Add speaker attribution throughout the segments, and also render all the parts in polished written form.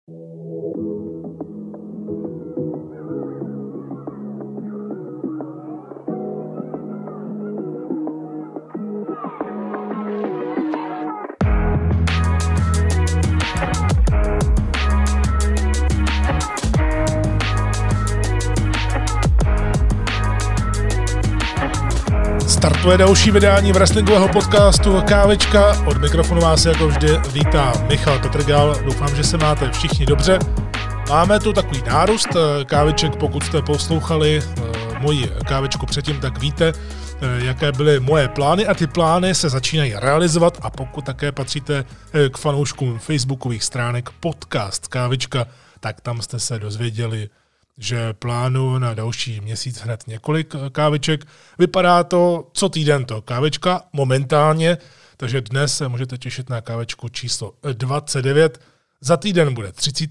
Speaker 1: Startuje další vydání wrestlingového podcastu Kávečka. Od mikrofonu vás jako vždy vítá Michal Petrgal. Doufám, že se máte všichni dobře. Máme tu takový nárůst káveček, pokud jste poslouchali moji kávečku předtím, tak víte, jaké byly moje plány a ty plány se začínají realizovat a pokud také patříte k fanouškům facebookových stránek podcast Kávečka, tak tam jste se dozvěděli, že plánuju na další měsíc hned několik káveček. Vypadá to co týden to kávečka momentálně, takže dnes se můžete těšit na kávečku číslo 29. Za týden bude 30,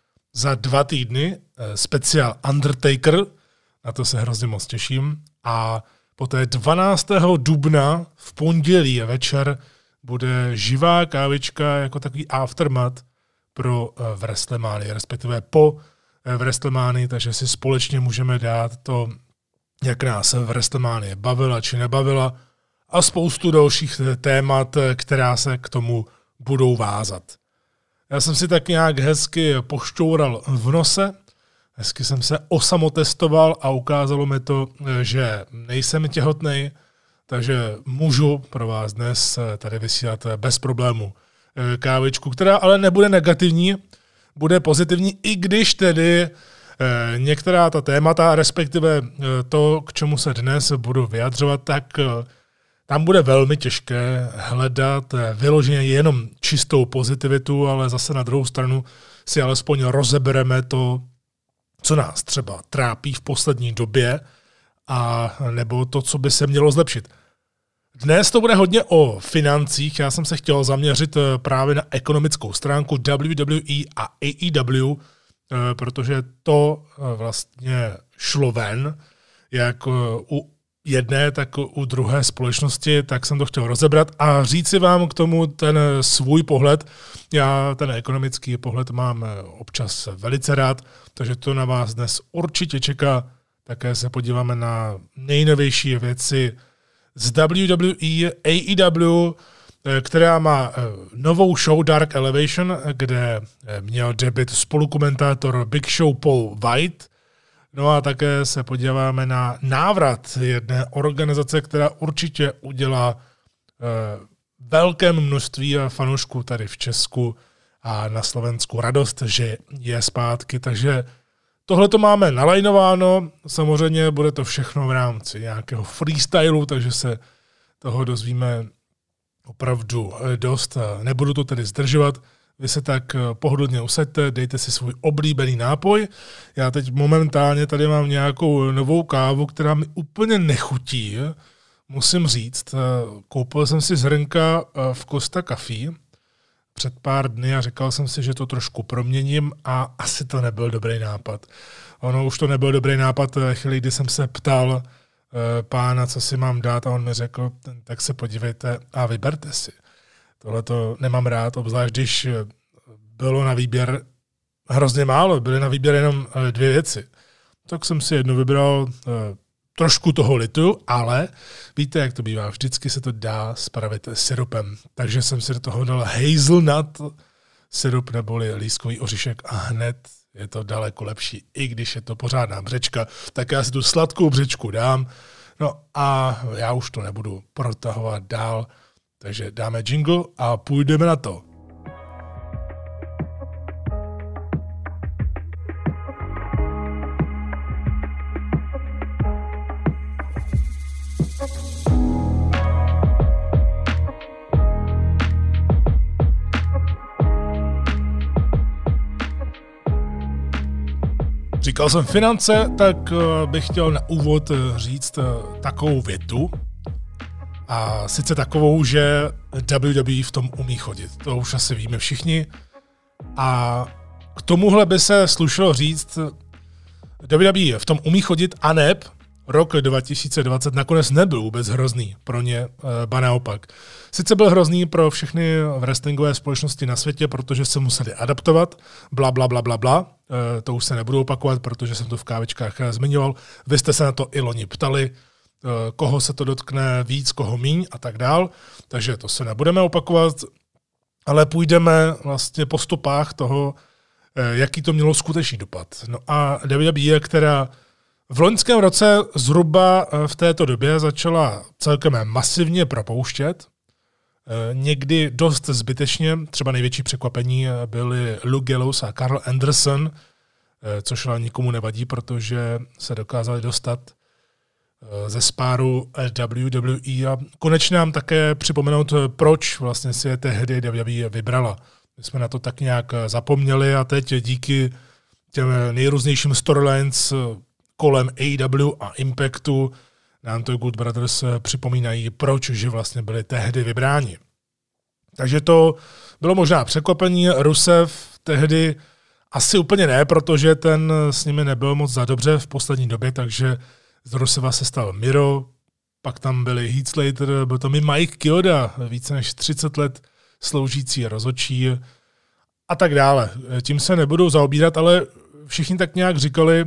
Speaker 1: za 2 týdny speciál Undertaker, na to se hrozně moc těším. A poté 12. dubna v pondělí večer bude živá kávečka jako takový aftermath pro WrestleMania, respektive po WrestleManii, takže si společně můžeme dát to, jak nás WrestleMania bavila či nebavila a spoustu dalších témat, která se k tomu budou vázat. Já jsem si tak nějak hezky pošťoural v nose, hezky jsem se osamotestoval a ukázalo mi to, že nejsem těhotnej, takže můžu pro vás dnes tady vysílat bez problému kávečku, která ale nebude negativní, bude pozitivní, i když tedy některá ta témata, respektive to, k čemu se dnes budu vyjadřovat, tak tam bude velmi těžké hledat vyloženě jenom čistou pozitivitu, ale zase na druhou stranu si alespoň rozebereme to, co nás třeba trápí v poslední době, a nebo to, co by se mělo zlepšit. Dnes to bude hodně o financích, já jsem se chtěl zaměřit právě na ekonomickou stránku WWE a AEW, protože to vlastně šlo ven, jak u jedné, tak u druhé společnosti, tak jsem to chtěl rozebrat a říci vám k tomu ten svůj pohled. Já ten ekonomický pohled mám občas velice rád, takže to na vás dnes určitě čeká. Také se podíváme na nejnovější věci z WWE, AEW, která má novou show Dark Elevation, kde měl debut spolukomentátor Big Show Paul White. No a také se podíváme na návrat jedné organizace, která určitě udělá velkém množství fanoušků tady v Česku a na Slovensku radost, že je zpátky. Takže tohle to máme nalajnováno, samozřejmě bude to všechno v rámci nějakého freestylu, takže se toho dozvíme opravdu dost. Nebudu to tedy zdržovat, vy se tak pohodlně usaďte, dejte si svůj oblíbený nápoj. Já teď momentálně tady mám nějakou novou kávu, která mi úplně nechutí, musím říct. Koupil jsem si zrnka v Costa Coffee před pár dny a říkal jsem si, že to trošku proměním a asi to nebyl dobrý nápad. Ono už to nebyl dobrý nápad chvíli, kdy jsem se ptal pána, co si mám dát a on mi řekl, tak se podívejte a vyberte si. Tohle to nemám rád, obzvlášť když bylo na výběr hrozně málo, byly na výběr jenom 2 věci. Tak jsem si jednu vybral, trošku toho litu, ale víte, jak to bývá, vždycky se to dá spravit syrupem. Takže jsem si do toho dal hazelnut syrup neboli lískový oříšek a hned je to daleko lepší, i když je to pořádná břečka, tak já si tu sladkou břečku dám. No a já už to nebudu protahovat dál, takže dáme jingle a půjdeme na to. Říkal jsem finance, tak bych chtěl na úvod říct takovou větu. A sice takovou, že WWE v tom umí chodit. To už asi víme všichni. A k tomuhle by se slušelo říct, WWE v tom umí chodit a neb rok 2020 nakonec nebyl vůbec hrozný pro ně, ba naopak. Sice byl hrozný pro všechny wrestlingové společnosti na světě, protože se museli adaptovat, bla, bla, bla, bla, bla. To už se nebudu opakovat, protože jsem to v kávečkách zmiňoval. Vy jste se na to i loni ptali, koho se to dotkne víc, koho míň a tak dál. Takže to se nebudeme opakovat, ale půjdeme vlastně po stopách toho, jaký to mělo skutečný dopad. No a WWE, která v loňském roce zhruba v této době začala celkem masivně propouštět, někdy dost zbytečně, třeba největší překvapení byli Luke Gallows a Karl Anderson, což ale nikomu nevadí, protože se dokázali dostat ze spáru WWE a konečně nám také připomenout, proč vlastně si je tehdy WWE vybrala. My jsme na to tak nějak zapomněli a teď díky těm nejrůznějším storylines kolem AEW a Impactu nám to Good Brothers připomínají, proč že vlastně byli tehdy vybráni. Takže to bylo možná překvapení. Rusev tehdy asi úplně ne, protože ten s nimi nebyl moc za dobře v poslední době, takže z Ruseva se stal Miro, pak tam byli Heath Slater, byl tam i Mike Chioda, více než 30 let sloužící rozhodčí a tak dále. Tím se nebudou zaobírat, ale všichni tak nějak říkali,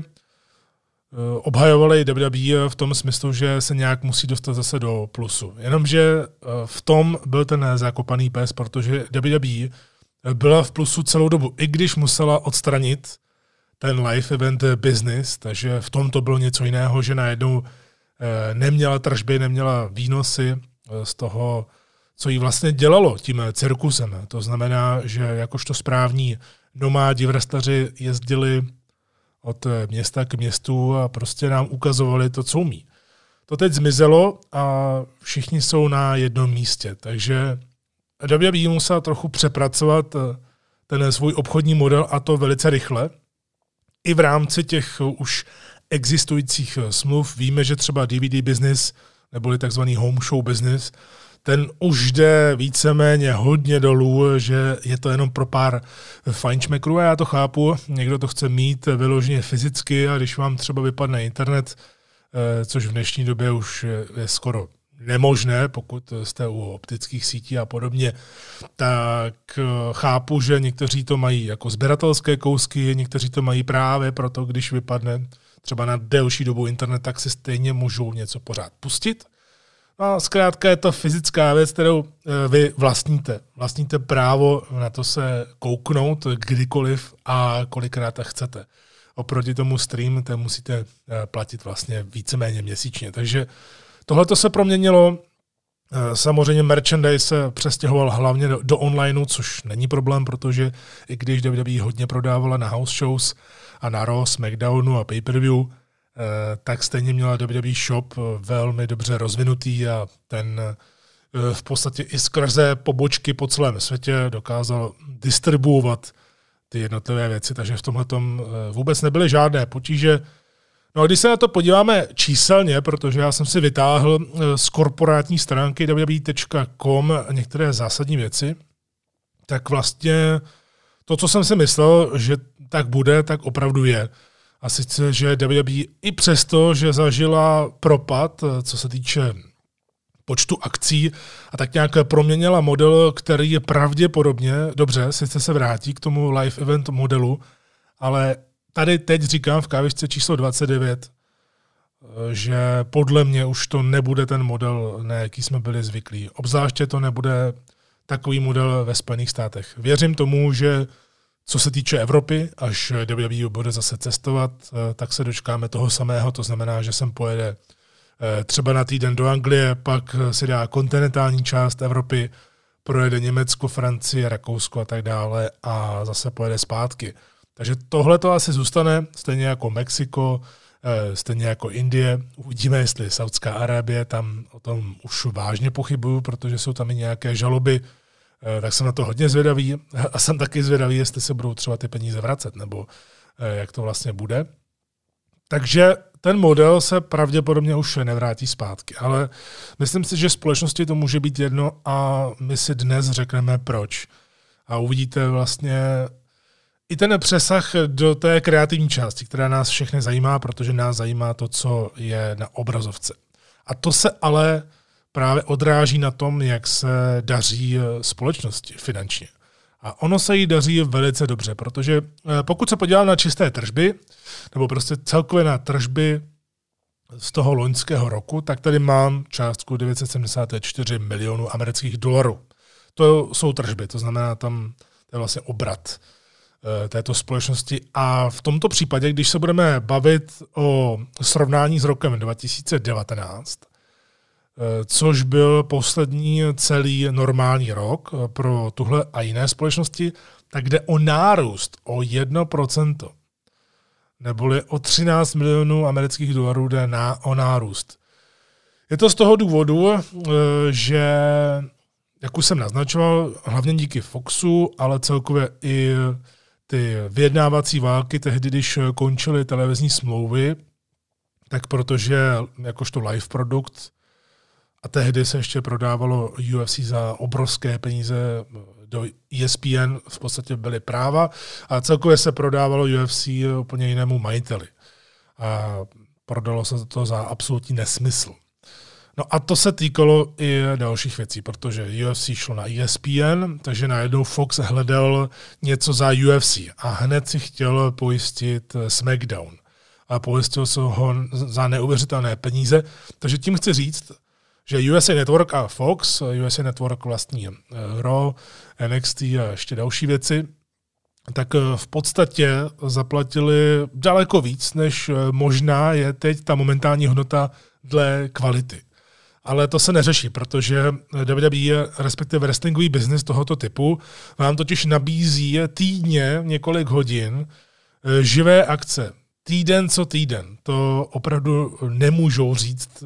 Speaker 1: obhajovali WWE v tom smyslu, že se nějak musí dostat zase do plusu. Jenomže v tom byl ten zakopaný pes, protože WWE byla v plusu celou dobu, i když musela odstranit ten live event business, takže v tom to bylo něco jiného, že najednou neměla tržby, neměla výnosy z toho, co jí vlastně dělalo tím cirkusem. To znamená, že jakožto správní nomádi wrestleri jezdili od města k městu a prostě nám ukazovali to, co umí. To teď zmizelo a všichni jsou na jednom místě, takže WWE musela trochu přepracovat ten svůj obchodní model a to velice rychle. I v rámci těch už existujících smluv víme, že třeba DVD business, neboli takzvaný home show business, ten už jde víceméně hodně dolů, že je to jenom pro pár fajnšmekrů a já to chápu. Někdo to chce mít vyloženě fyzicky a když vám třeba vypadne internet, což v dnešní době už je skoro nemožné, pokud jste u optických sítí a podobně, tak chápu, že někteří to mají jako sběratelské kousky, někteří to mají právě proto, když vypadne třeba na delší dobu internet, tak si stejně můžou něco pořád pustit. A zkrátka je to fyzická věc, kterou vy vlastníte. Vlastníte právo na to se kouknout kdykoliv a kolikrát chcete. Oproti tomu stream, ten musíte platit vlastně víceméně měsíčně. Takže tohle se proměnilo. Samozřejmě merchandise se přestěhoval hlavně do onlineu, což není problém, protože i když WWE hodně prodávala na house shows a na Raw, SmackDownu a pay-per-view, tak stejně měla WWE Shop velmi dobře rozvinutý a ten v podstatě i skrze pobočky po celém světě dokázal distribuovat ty jednotlivé věci, takže v tomhletom vůbec nebyly žádné potíže. No a když se na to podíváme číselně, protože já jsem si vytáhl z korporátní stránky www.com některé zásadní věci, tak vlastně to, co jsem si myslel, že tak bude, tak opravdu je. A sice, že WWE i přesto, že zažila propad, co se týče počtu akcí a tak nějak proměnila model, který je pravděpodobně, dobře, sice se vrátí k tomu live event modelu, ale tady teď říkám v kávičce číslo 29, že podle mě už to nebude ten model, na jaký jsme byli zvyklí. Obzvláště to nebude takový model ve Spojených státech. Věřím tomu, že co se týče Evropy, až WWE bude zase cestovat, tak se dočkáme toho samého, to znamená, že sem pojede třeba na týden do Anglie, pak si dá kontinentální část Evropy, projede Německo, Francie, Rakousko a tak dále a zase pojede zpátky. Takže tohle to asi zůstane, stejně jako Mexiko, stejně jako Indie. Uvidíme, jestli Saudská Arábie, tam o tom už vážně pochybuju, protože jsou tam i nějaké žaloby, tak jsem na to hodně zvědavý a jsem taky zvědavý, jestli se budou třeba ty peníze vracet, nebo jak to vlastně bude. Takže ten model se pravděpodobně už nevrátí zpátky, ale myslím si, že společnosti to může být jedno a my si dnes řekneme proč. A uvidíte vlastně i ten přesah do té kreativní části, která nás všechny zajímá, protože nás zajímá to, co je na obrazovce. A to se ale právě odráží na tom, jak se daří společnosti finančně. A ono se jí daří velice dobře, protože pokud se podívám na čisté tržby, nebo prostě celkově na tržby z toho loňského roku, tak tady mám částku 974 milionů amerických dolarů. To jsou tržby, to znamená tam, to je vlastně obrat této společnosti. A v tomto případě, když se budeme bavit o srovnání s rokem 2019, což byl poslední celý normální rok pro tuhle a jiné společnosti, tak jde o nárůst o 1%. Neboli o 13 milionů amerických dolarů jde o nárůst. Je to z toho důvodu, že, jak už jsem naznačoval, hlavně díky Foxu, ale celkově i ty vyjednávací války tehdy, když končily televizní smlouvy, tak protože jakožto live produkt a tehdy se ještě prodávalo UFC za obrovské peníze do ESPN, v podstatě byly práva a celkově se prodávalo UFC úplně jinému majiteli. A prodalo se to za absolutní nesmysl. No a to se týkalo i dalších věcí, protože UFC šlo na ESPN, takže najednou Fox hledal něco za UFC a hned si chtěl pojistit SmackDown. A pojistil se ho za neuvěřitelné peníze. Takže tím chci říct, že USA Network a Fox, USA Network vlastní Raw, NXT a ještě další věci, tak v podstatě zaplatili daleko víc, než možná je teď ta momentální hodnota dle kvality. Ale to se neřeší, protože WWE, respektive wrestlingový business tohoto typu, vám totiž nabízí týdně několik hodin živé akce. Týden co týden. To opravdu nemůžou říct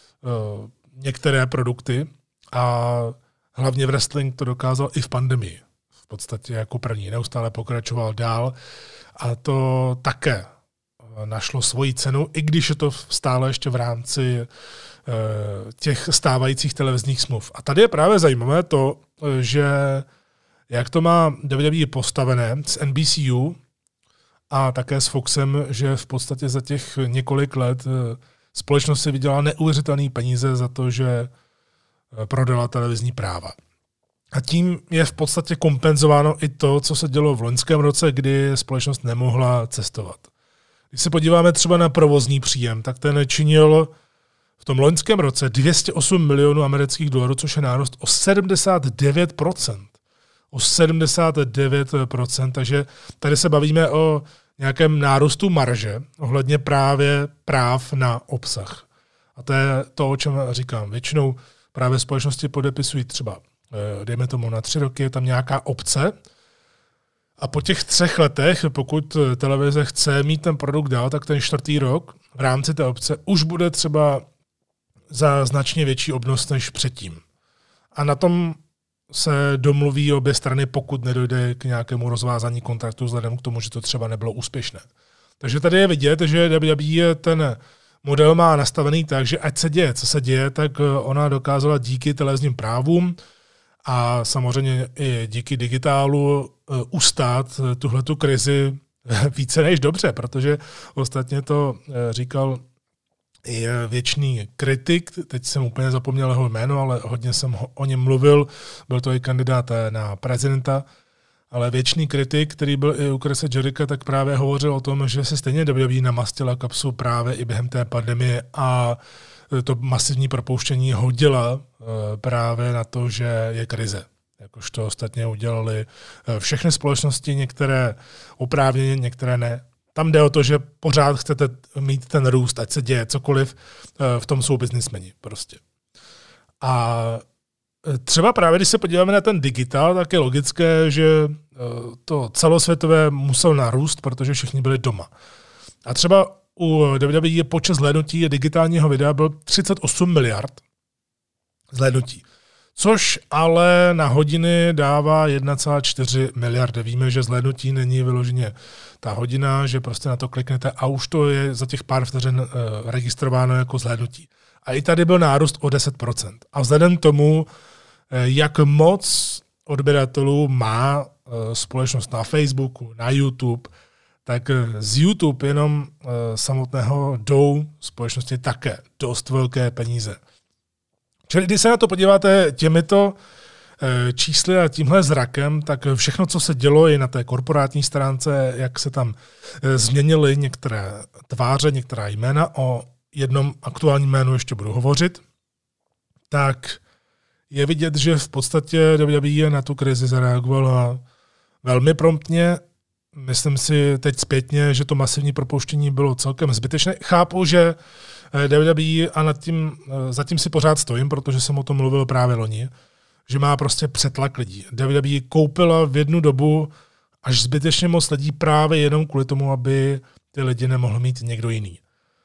Speaker 1: některé produkty a hlavně wrestling to dokázal i v pandemii. V podstatě jako první neustále pokračoval dál a to také našlo svoji cenu, i když je to stále ještě v rámci těch stávajících televizních smluv. A tady je právě zajímavé to, že jak to má WWE postavené s NBCU a také s Foxem, že v podstatě za těch několik let společnost si vydělala neuvěřitelné peníze za to, že prodala televizní práva. A tím je v podstatě kompenzováno i to, co se dělo v loňském roce, kdy společnost nemohla cestovat. Když se podíváme třeba na provozní příjem, tak ten činil v tom loňském roce 208 milionů amerických dolarů, což je nárůst o 79%. O 79%, takže tady se bavíme o nějakém nárůstu marže ohledně právě práv na obsah. A to je to, o čem říkám. Většinou právě společnosti podepisují třeba, dejme tomu na 3 roky, je tam nějaká opce a po těch 3 letech, pokud televize chce mít ten produkt dál, tak ten 4. rok v rámci té opce už bude třeba za značně větší obnos než předtím. A na tom se domluví obě strany, pokud nedojde k nějakému rozvázání kontraktu vzhledem k tomu, že to třeba nebylo úspěšné. Takže tady je vidět, že WWE ten model má nastavený tak, že ať se děje, co se děje, tak ona dokázala díky televizním právům a samozřejmě i díky digitálu ustát tuhletu krizi více než dobře, protože ostatně to říkal i věčný kritik, teď jsem úplně zapomněl jeho jméno, ale hodně jsem o něm mluvil, byl to i kandidát na prezidenta, ale věčný kritik, který byl i u Chrisa Jericha, tak právě hovořil o tom, že se stejně WWE namastila kapsu právě i během té pandemie a to masivní propouštění hodila právě na to, že je krize. Jakož to ostatně udělali všechny společnosti, některé oprávněně, některé ne. Tam jde o to, že pořád chcete mít ten růst, ať se děje cokoliv, v tom jsou biznismeni prostě. A třeba právě, když se podíváme na ten digitál, tak je logické, že to celosvětové musel narůst, protože všichni byli doma. A třeba u WWE počet zhlédnutí digitálního videa byl 38 miliard zhlédnutí. Což ale na hodiny dává 1,4 miliardy. Víme, že zhlédnutí není vyloženě ta hodina, že prostě na to kliknete a už to je za těch pár vteřin registrováno jako zhlédnutí. A i tady byl nárůst o 10%. A vzhledem tomu, jak moc odběratelů má společnost na Facebooku, na YouTube, tak z YouTube jenom samotného jdou společnosti také dost velké peníze. Čili když se na to podíváte těmito čísly a tímhle zrakem, tak všechno, co se dělo i na té korporátní stránce, jak se tam změnily některé tváře, některá jména, o jednom aktuálním jménu ještě budu hovořit, tak je vidět, že v podstatě WWE na tu krizi zareagovala velmi promptně. Myslím si teď zpětně, že to masivní propouštění bylo celkem zbytečné. Chápu, že WWE a zatím si pořád stojím, protože jsem o tom mluvil právě loni, že má prostě přetlak lidí. WWE koupila v jednu dobu až zbytečně moc lidí právě jenom kvůli tomu, aby ty lidi nemohl mít někdo jiný.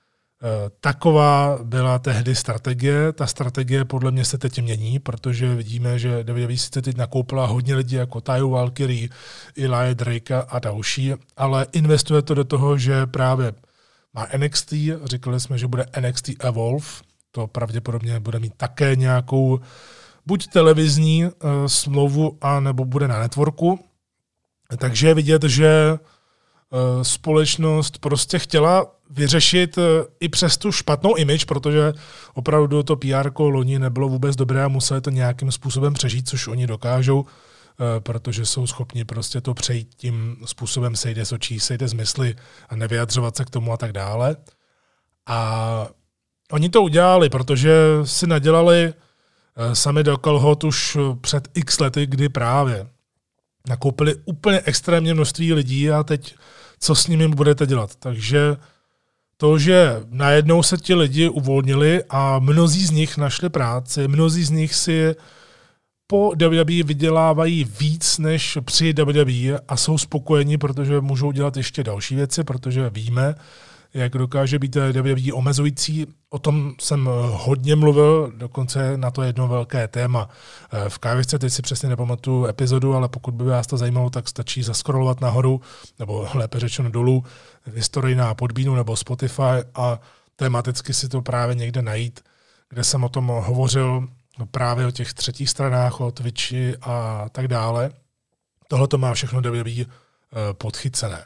Speaker 1: Taková byla tehdy strategie. Ta strategie podle mě se teď mění, protože vidíme, že WWE sice teď nakoupila hodně lidí jako Taju Valkyrie, Elia Drakea a další, ale investuje to do toho, že právě má NXT, říkali jsme, že bude NXT Evolve, to pravděpodobně bude mít také nějakou buď televizní smlouvu, anebo bude na networku. Takže je vidět, že společnost prostě chtěla vyřešit i přes tu špatnou image, protože opravdu to PR-ko loni nebylo vůbec dobré a museli to nějakým způsobem přežít, což oni dokážou, protože jsou schopni prostě to přejít tím způsobem sejde z očí, sejde z mysli a nevyjadřovat se k tomu a tak dále. A oni to udělali, protože si nadělali sami do kalhot už před x lety, kdy právě nakoupili úplně extrémně množství lidí a teď co s nimi budete dělat. Takže to, že najednou se ti lidi uvolnili a mnozí z nich našli práci, mnozí z nich si po WWE vydělávají víc než při WWE a jsou spokojeni, protože můžou dělat ještě další věci, protože víme, jak dokáže být WWE omezující. O tom jsem hodně mluvil, dokonce na to jedno velké téma. V Kávičce, teď si přesně nepamatuju epizodu, ale pokud by vás to zajímalo, tak stačí zaskrolovat nahoru, nebo lépe řečeno dolů, historii na Podbeanu nebo Spotify a tematicky si to právě někde najít, kde jsem o tom hovořil právě o těch třetích stranách, o Twitchi a tak dále. Tohle to má všechno WWE podchycené.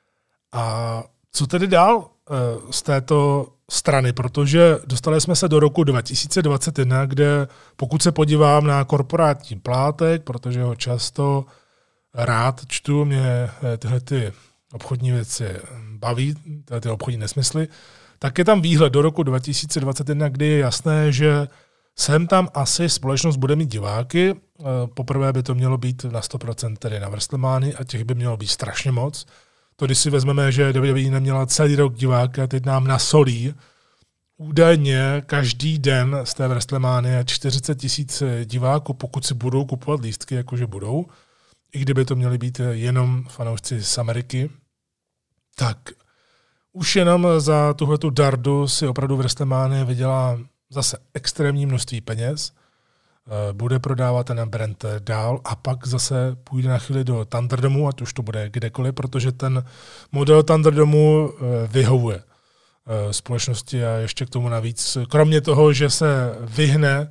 Speaker 1: A co tedy dál z této strany, protože dostali jsme se do roku 2021, kde pokud se podívám na korporátní plátek, protože ho často rád čtu, mě tyhle ty obchodní věci baví, ty obchodní nesmysly, tak je tam výhled do roku 2021, kdy je jasné, že sem tam asi společnost bude mít diváky. Poprvé by to mělo být na 100% tedy na WrestleManii a těch by mělo být strašně moc. To, když si vezmeme, že WWE neměla celý rok diváky a teď nám nasolí údajně každý den z té WrestleManie 40 000 diváků, pokud si budou kupovat lístky, jakože budou, i kdyby to měli být jenom fanoušci z Ameriky, tak už jenom za tuhletu dardu si opravdu WrestleMania vydělá zase extrémní množství peněz, bude prodávat ten brand dál a pak zase půjde na chvíli do Thunderdomu, ať už to bude kdekoliv, protože ten model Thunderdomu vyhovuje společnosti a ještě k tomu navíc, kromě toho, že se vyhne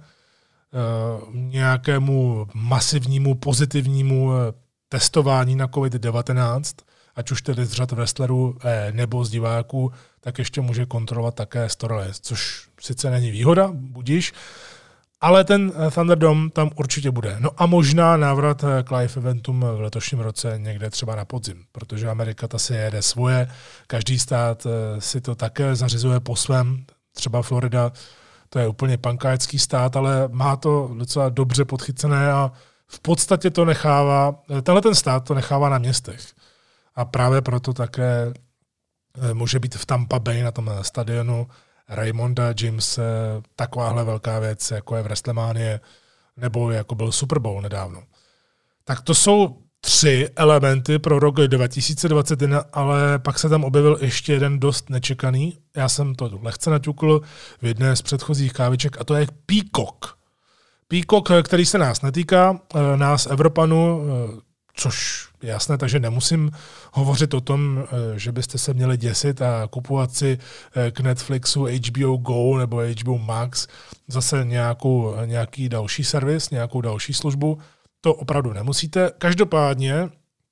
Speaker 1: nějakému masivnímu pozitivnímu testování na COVID-19, ať už tedy z řad wrestlerů nebo z diváků, tak ještě může kontrolovat také storeless, což sice není výhoda, budíš, ale ten Thunderdome tam určitě bude. No a možná návrat k live eventům v letošním roce někde třeba na podzim, protože Amerika ta si jede svoje, každý stát si to také zařizuje po svém, třeba Florida, to je úplně pankáčský stát, ale má to docela dobře podchycené a v podstatě to nechává, tenhle ten stát to nechává na městech. A právě proto také může být v Tampa Bay na tom stadionu Raymonda Jamese takováhle velká věc, jako je WrestleMania, nebo jako byl Super Bowl nedávno. Tak to jsou 3 elementy pro rok 2021, ale pak se tam objevil ještě jeden dost nečekaný. Já jsem to lehce naťukl v jedné z předchozích káviček a to je Peacock. Peacock, který se nás netýká, nás Evropanů, což je jasné, takže nemusím hovořit o tom, že byste se měli děsit a kupovat si k Netflixu HBO Go nebo HBO Max zase nějaký další servis, nějakou další službu. To opravdu nemusíte. Každopádně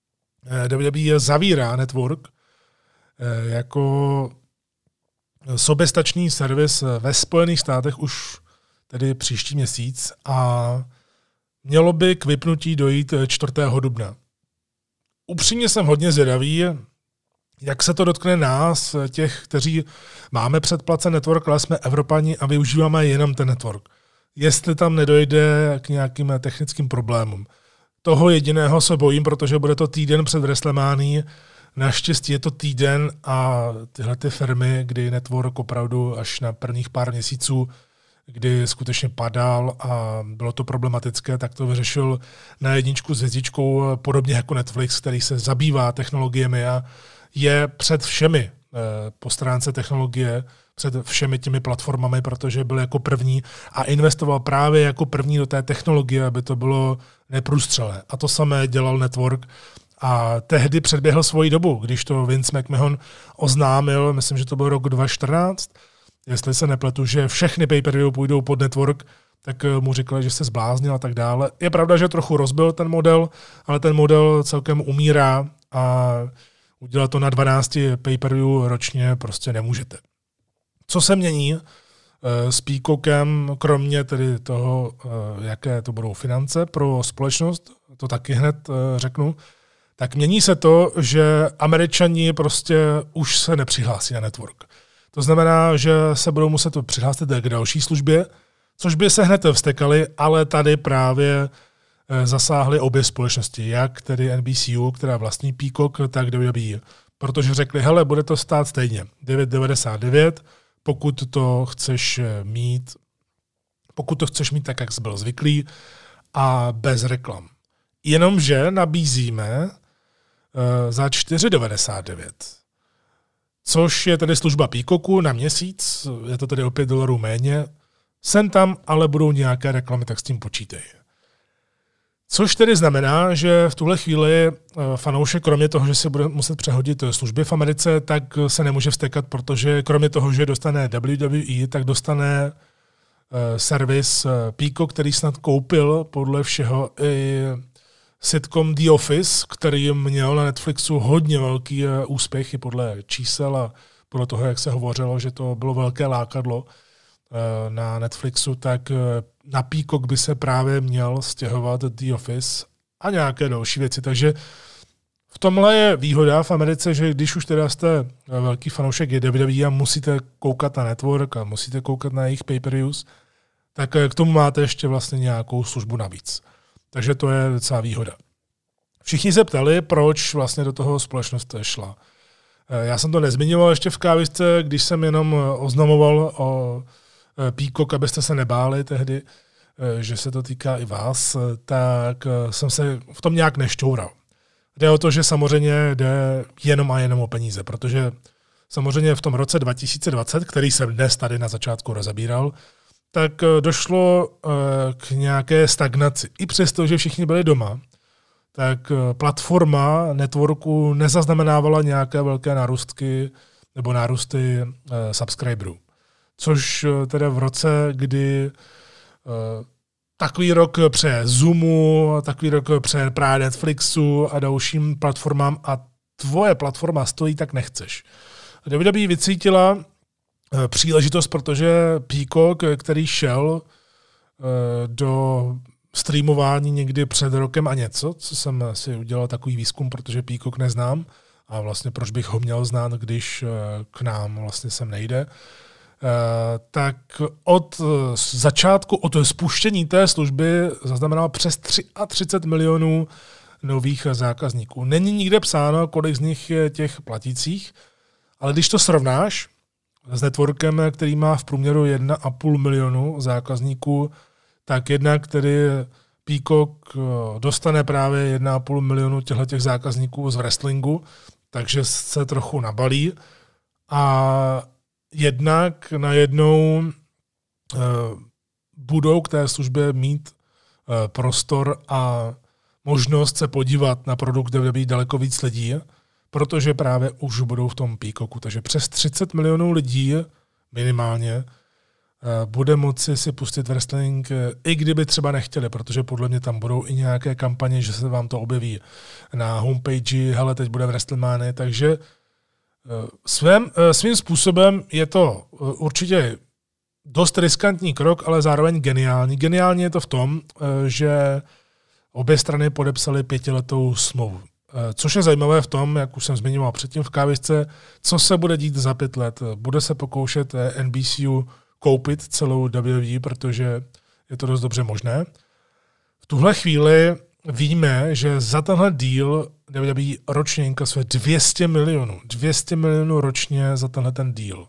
Speaker 1: WWE zavírá network jako soběstačný servis ve Spojených státech už tedy příští měsíc a mělo by k vypnutí dojít 4. dubna. Upřímně jsem hodně zvědavý, jak se to dotkne nás, těch, kteří máme předplacen network, ale jsme Evropani a využíváme jenom ten network. Jestli tam nedojde k nějakým technickým problémům. Toho jediného se bojím, protože bude to týden před WrestleMania. Naštěstí je to týden a tyhle ty firmy, kdy network opravdu až na prvních pár měsíců, kdy skutečně padal a bylo to problematické, tak to vyřešil na jedničku s hvězdičkou, podobně jako Netflix, který se zabývá technologiemi a je před všemi po stránce technologie, před všemi těmi platformami, protože byl jako první a investoval právě jako první do té technologie, aby to bylo neprůstřelné. A to samé dělal network a tehdy předběhl svoji dobu, když to Vince McMahon oznámil, myslím, že to byl rok 2014, jestli se nepletu, že všechny pay-per-view půjdou pod network, tak mu řekli, že se zbláznil a tak dále. Je pravda, že trochu rozbil ten model, ale ten model celkem umírá a udělat to na 12 pay-per-view ročně prostě nemůžete. Co se mění s Peacockem, kromě tedy toho, jaké to budou finance pro společnost, to taky hned řeknu, tak mění se to, že Američani prostě už se nepřihlásí na network. To znamená, že se budou muset přihlásit k další službě, což by se hned vztekali, ale tady právě zasáhly obě společnosti, jak tedy NBCU, která vlastní Peacock, tak WWE. Protože řekli, hele, bude to stát stejně, $9.99, pokud to chceš mít tak, jak jsi byl zvyklý a bez reklam. Jenomže nabízíme za $4.99, což je tedy služba Peacocku na měsíc, je to tedy o $5 méně, sem tam ale budou nějaké reklamy, tak s tím počítej. Což tedy znamená, že v tuhle chvíli fanoušek, kromě toho, že si bude muset přehodit služby v Americe, tak se nemůže vztekat, protože kromě toho, že dostane WWE, tak dostane servis Peacock, který snad koupil podle všeho i sitcom The Office, který měl na Netflixu hodně velký úspěch i podle čísel a podle toho, jak se hovořilo, že to bylo velké lákadlo na Netflixu, tak na Peacock by se právě měl stěhovat The Office a nějaké další věci. Takže v tomhle je výhoda v Americe, že když už teda jste velký fanoušek WWE a musíte koukat na network a musíte koukat na jejich pay-per-views, tak k tomu máte ještě vlastně nějakou službu navíc. Takže to je docela výhoda. Všichni se ptali, proč vlastně do toho společnost šla. Já jsem to nezmiňoval ještě v kávisce, když jsem jenom oznamoval o Peacock, abyste se nebáli tehdy, že se to týká i vás, tak jsem se v tom nějak nešťoural. Jde o to, že samozřejmě jde jenom a jenom o peníze, protože samozřejmě v tom roce 2020, který jsem dnes tady na začátku rozebíral, tak došlo k nějaké stagnaci. I přesto, že všichni byli doma, tak platforma networku nezaznamenávala nějaké velké nárůstky nebo nárůsty subscriberů. Což teda v roce, kdy takový rok pře Zoomu, takový rok pře právě Netflixu a dalším platformám a tvoje platforma stojí, tak nechceš. WWE vycítila příležitost, protože Peacock, který šel do streamování někdy před rokem a něco, co jsem si udělal takový výzkum, protože Peacock neznám a vlastně proč bych ho měl znát, když k nám vlastně sem nejde, tak od začátku, od spuštění té služby zaznamenal přes 33 milionů nových zákazníků. Není nikde psáno, kolik z nich je těch platících, ale když to srovnáš s networkem, který má v průměru 1,5 milionu zákazníků, tak jednak tedy Peacock dostane právě 1,5 milionu těchto zákazníků z wrestlingu, takže se trochu nabalí a jednak najednou budou k té službě mít prostor a možnost se podívat na produkt, kde bude být daleko víc lidí, protože právě už budou v tom Peacocku. Takže přes 30 milionů lidí minimálně bude moci si pustit wrestling, i kdyby třeba nechtěli, protože podle mě tam budou i nějaké kampaně, že se vám to objeví na homepage, hele, teď bude WrestleMania, takže svým způsobem je to určitě dost riskantní krok, ale zároveň geniální. Geniální je to v tom, že obě strany podepsaly 5letou smlouvu. Což je zajímavé v tom, jak už jsem zmiňoval předtím v kávisce, co se bude dít za 5 let. Bude se pokoušet NBCU koupit celou WWE, protože je to dost dobře možné. V tuhle chvíli víme, že za tenhle deal WWE ročně inkasuje 200 milionů. 200 milionů ročně za tenhle ten deal.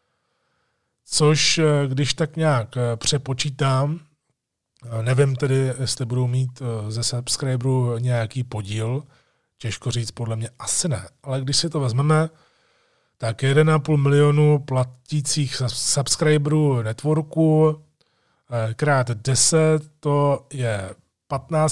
Speaker 1: Což, když tak nějak přepočítám, nevím tedy, jestli budou mít ze subscriberů nějaký podíl, těžko říct, podle mě asi ne. Ale když si to vezmeme, tak 1,5 milionu platících subscriberů networku krát 10, to je 15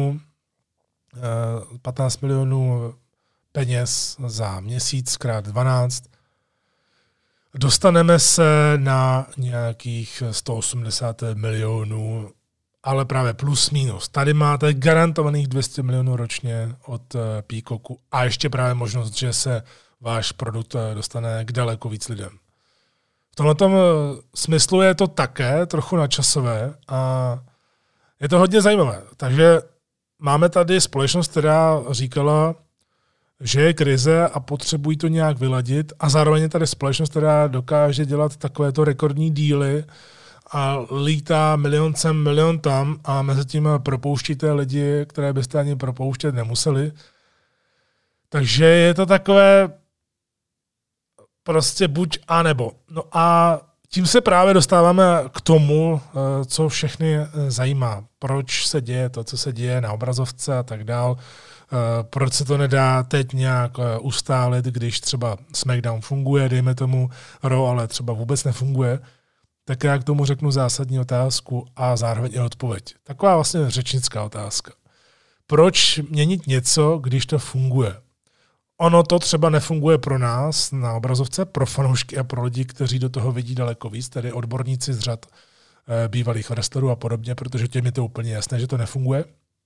Speaker 1: milionů peněz za měsíc krát 12. Dostaneme se na nějakých 180 milionů, ale právě plus minus. Tady máte garantovaných 200 milionů ročně od Peacocku a ještě právě možnost, že se váš produkt dostane k daleko víc lidem. V tomto smyslu je to také trochu nadčasové a je to hodně zajímavé. Takže máme tady společnost, která říkala, že je krize a potřebují to nějak vyladit a zároveň je tady společnost, která dokáže dělat takovéto rekordní díly a lítá milion sem, milion tam a mezi tím propouštíte lidi, které byste ani propouštět nemuseli. Takže je to takové prostě buď a nebo. No a tím se právě dostáváme k tomu, co všechny zajímá. Proč se děje to, co se děje na obrazovce a tak dál. Proč se to nedá teď nějak ustálit, když třeba SmackDown funguje, dejme tomu Raw, ale třeba vůbec nefunguje. Tak já k tomu řeknu zásadní otázku a zároveň i odpověď. Taková vlastně řečnická otázka. Proč měnit něco, když to funguje? Ono to třeba nefunguje pro nás na obrazovce, pro fanoušky a pro lidi, kteří do toho vidí daleko víc, tedy odborníci z řad bývalých wrestlerů a podobně, protože těm je to úplně jasné, že to nefunguje.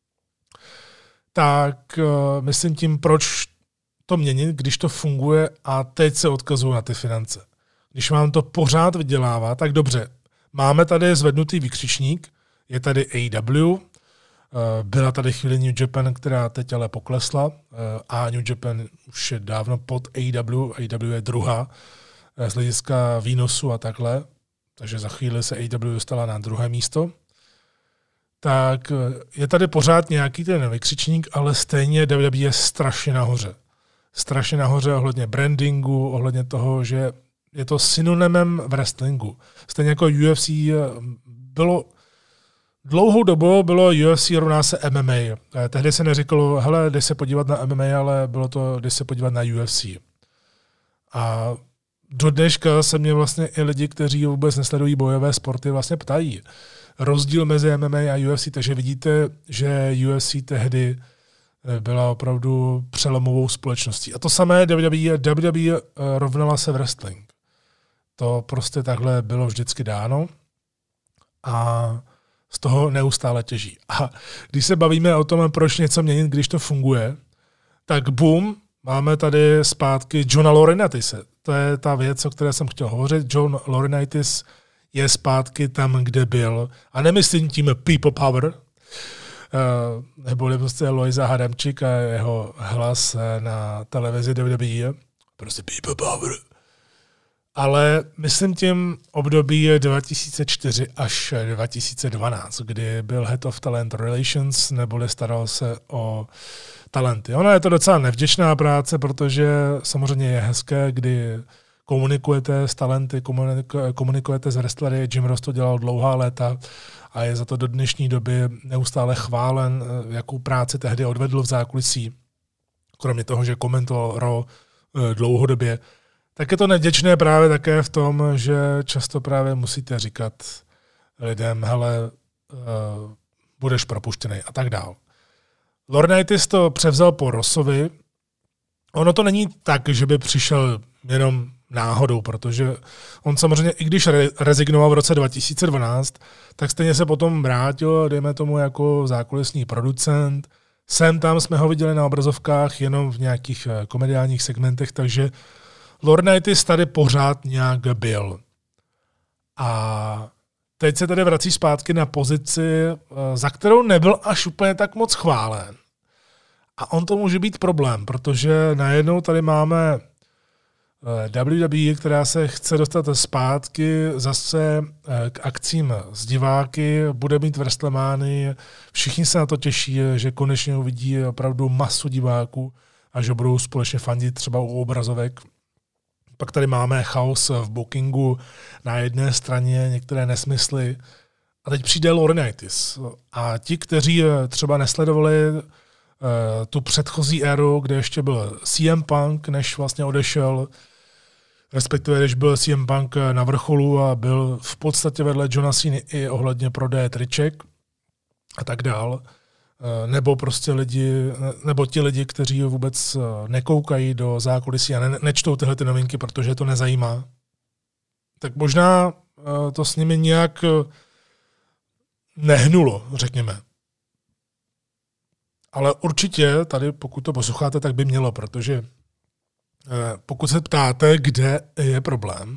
Speaker 1: Tak myslím tím, proč to měnit, když to funguje a teď se odkazuju na ty finance. Když vám to pořád vydělává, tak dobře. Máme tady zvednutý vykřičník, je tady AEW, byla tady chvíli New Japan, která teď ale poklesla a New Japan už je dávno pod AEW. AEW je druhá z hlediska výnosu a takhle, takže za chvíli se AEW dostala na druhé místo. Tak je tady pořád nějaký ten vykřičník, ale stejně WWE je strašně nahoře. Strašně nahoře ohledně brandingu, ohledně toho, že je to synonymem v wrestlingu. Stejně jako UFC bylo dlouhou dobu UFC rovná se MMA. Tehdy se neříkalo, hele, jde se podívat na MMA, ale bylo to, jde se podívat na UFC. A do dneška se mě vlastně i lidi, kteří vůbec nesledují bojové sporty, vlastně ptají. Rozdíl mezi MMA a UFC, takže vidíte, že UFC tehdy byla opravdu přelomovou společností. A to samé WWE rovnala se wrestling. To prostě takhle bylo vždycky dáno a z toho neustále těží. A když se bavíme o tom, proč něco měnit, když to funguje, tak boom, máme tady zpátky Johna Laurinatise. To je ta věc, o které jsem chtěl hovořit. John Laurinaitis je zpátky tam, kde byl. A nemyslím tím People Power, nebo prostě Lojza Hadamčík a jeho hlas na televizi WWE. Prostě People Power. Ale myslím tím období 2004 až 2012, kdy byl Head of Talent Relations, neboli staral se o talenty. Ona je to docela nevděčná práce, protože samozřejmě je hezké, kdy komunikujete s talenty, komunikujete s wrestlery. Jim Ross to dělal dlouhá léta a je za to do dnešní doby neustále chválen, jakou práci tehdy odvedl v zákulisí. Kromě toho, že komentoval Raw dlouhodobě, tak je to nevděčné právě také v tom, že často právě musíte říkat lidem, hele, budeš propuštěný a tak dál. Laurinaitis to převzal po Rossovi. Ono to není tak, že by přišel jenom náhodou, protože on samozřejmě, i když rezignoval v roce 2012, tak stejně se potom vrátil, dejme tomu, jako zákulisní producent. Sem tam jsme ho viděli na obrazovkách jenom v nějakých komediálních segmentech, takže Laurinaitis tady pořád nějak byl. A teď se tady vrací zpátky na pozici, za kterou nebyl až úplně tak moc chválen. A on to může být problém, protože najednou tady máme WWE, která se chce dostat zpátky zase k akcím s diváky, bude mít WrestleManii, všichni se na to těší, že konečně uvidí opravdu masu diváků a že budou společně fandit třeba u obrazovek. Pak tady máme chaos v bookingu, na jedné straně některé nesmysly a teď přijde Laurinaitis. A ti, kteří třeba nesledovali tu předchozí éru, kde ještě byl CM Punk, než vlastně odešel, respektive když byl CM Punk na vrcholu a byl v podstatě vedle Johna Cena i ohledně prodeje triček a tak dál, nebo prostě ti lidi, kteří vůbec nekoukají do zákulisí a nečtou tyhle ty novinky, protože je to nezajímá, tak možná to s nimi nějak nehnulo, řekněme. Ale určitě tady, pokud to posloucháte, tak by mělo, protože pokud se ptáte, kde je problém,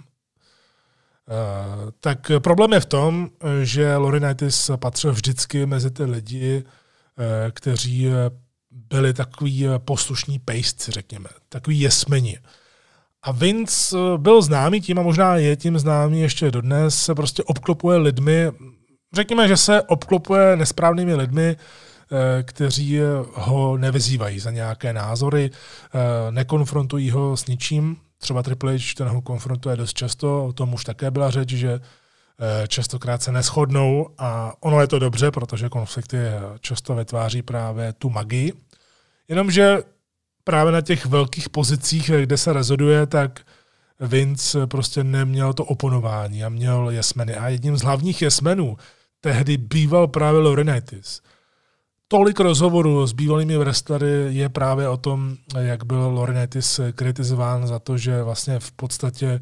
Speaker 1: tak problém je v tom, že Laurinaitis patřil vždycky mezi ty lidi, kteří byli takový poslušní pejsci, řekněme, takový jesmeni. A Vince byl známý tím, a možná je tím známý ještě dodnes, se prostě obklopuje lidmi, řekněme, že se obklopuje nesprávnými lidmi, kteří ho nevyzývají za nějaké názory, nekonfrontují ho s ničím. Třeba Triple H ten ho konfrontuje dost často, o tom už také byla řeč, že častokrát se neshodnou a ono je to dobře, protože konflikty často vytváří právě tu magii. Jenomže právě na těch velkých pozicích, kde se rozhoduje, tak Vince prostě neměl to oponování a měl jesmeny. A jedním z hlavních jesmenů tehdy býval právě Laurinaitis. Tolik rozhovorů s bývalými wrestlery je právě o tom, jak byl Laurinaitis kritizován za to, že vlastně v podstatě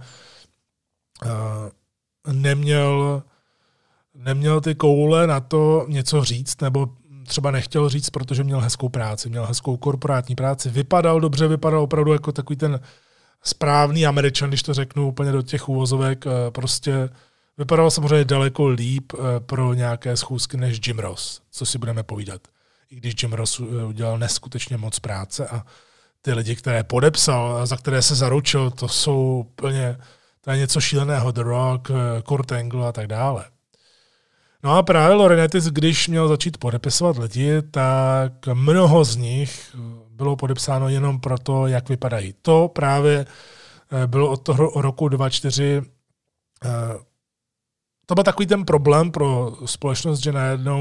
Speaker 1: neměl ty koule na to něco říct, nebo třeba nechtěl říct, protože měl hezkou práci, měl hezkou korporátní práci, vypadal dobře, vypadal opravdu jako takový ten správný Američan, když to řeknu úplně do těch uvozovek, prostě vypadal samozřejmě daleko líp pro nějaké schůzky než Jim Ross, co si budeme povídat. I když Jim Ross udělal neskutečně moc práce a ty lidi, které podepsal a za které se zaručil, to je něco šíleného, The Rock, Kurt Angle a tak dále. No a právě Laurinaitis, když měl začít podepisovat lidi, tak mnoho z nich bylo podepsáno jenom proto, jak vypadají. To právě bylo od toho roku 2004. To byl takový ten problém pro společnost, že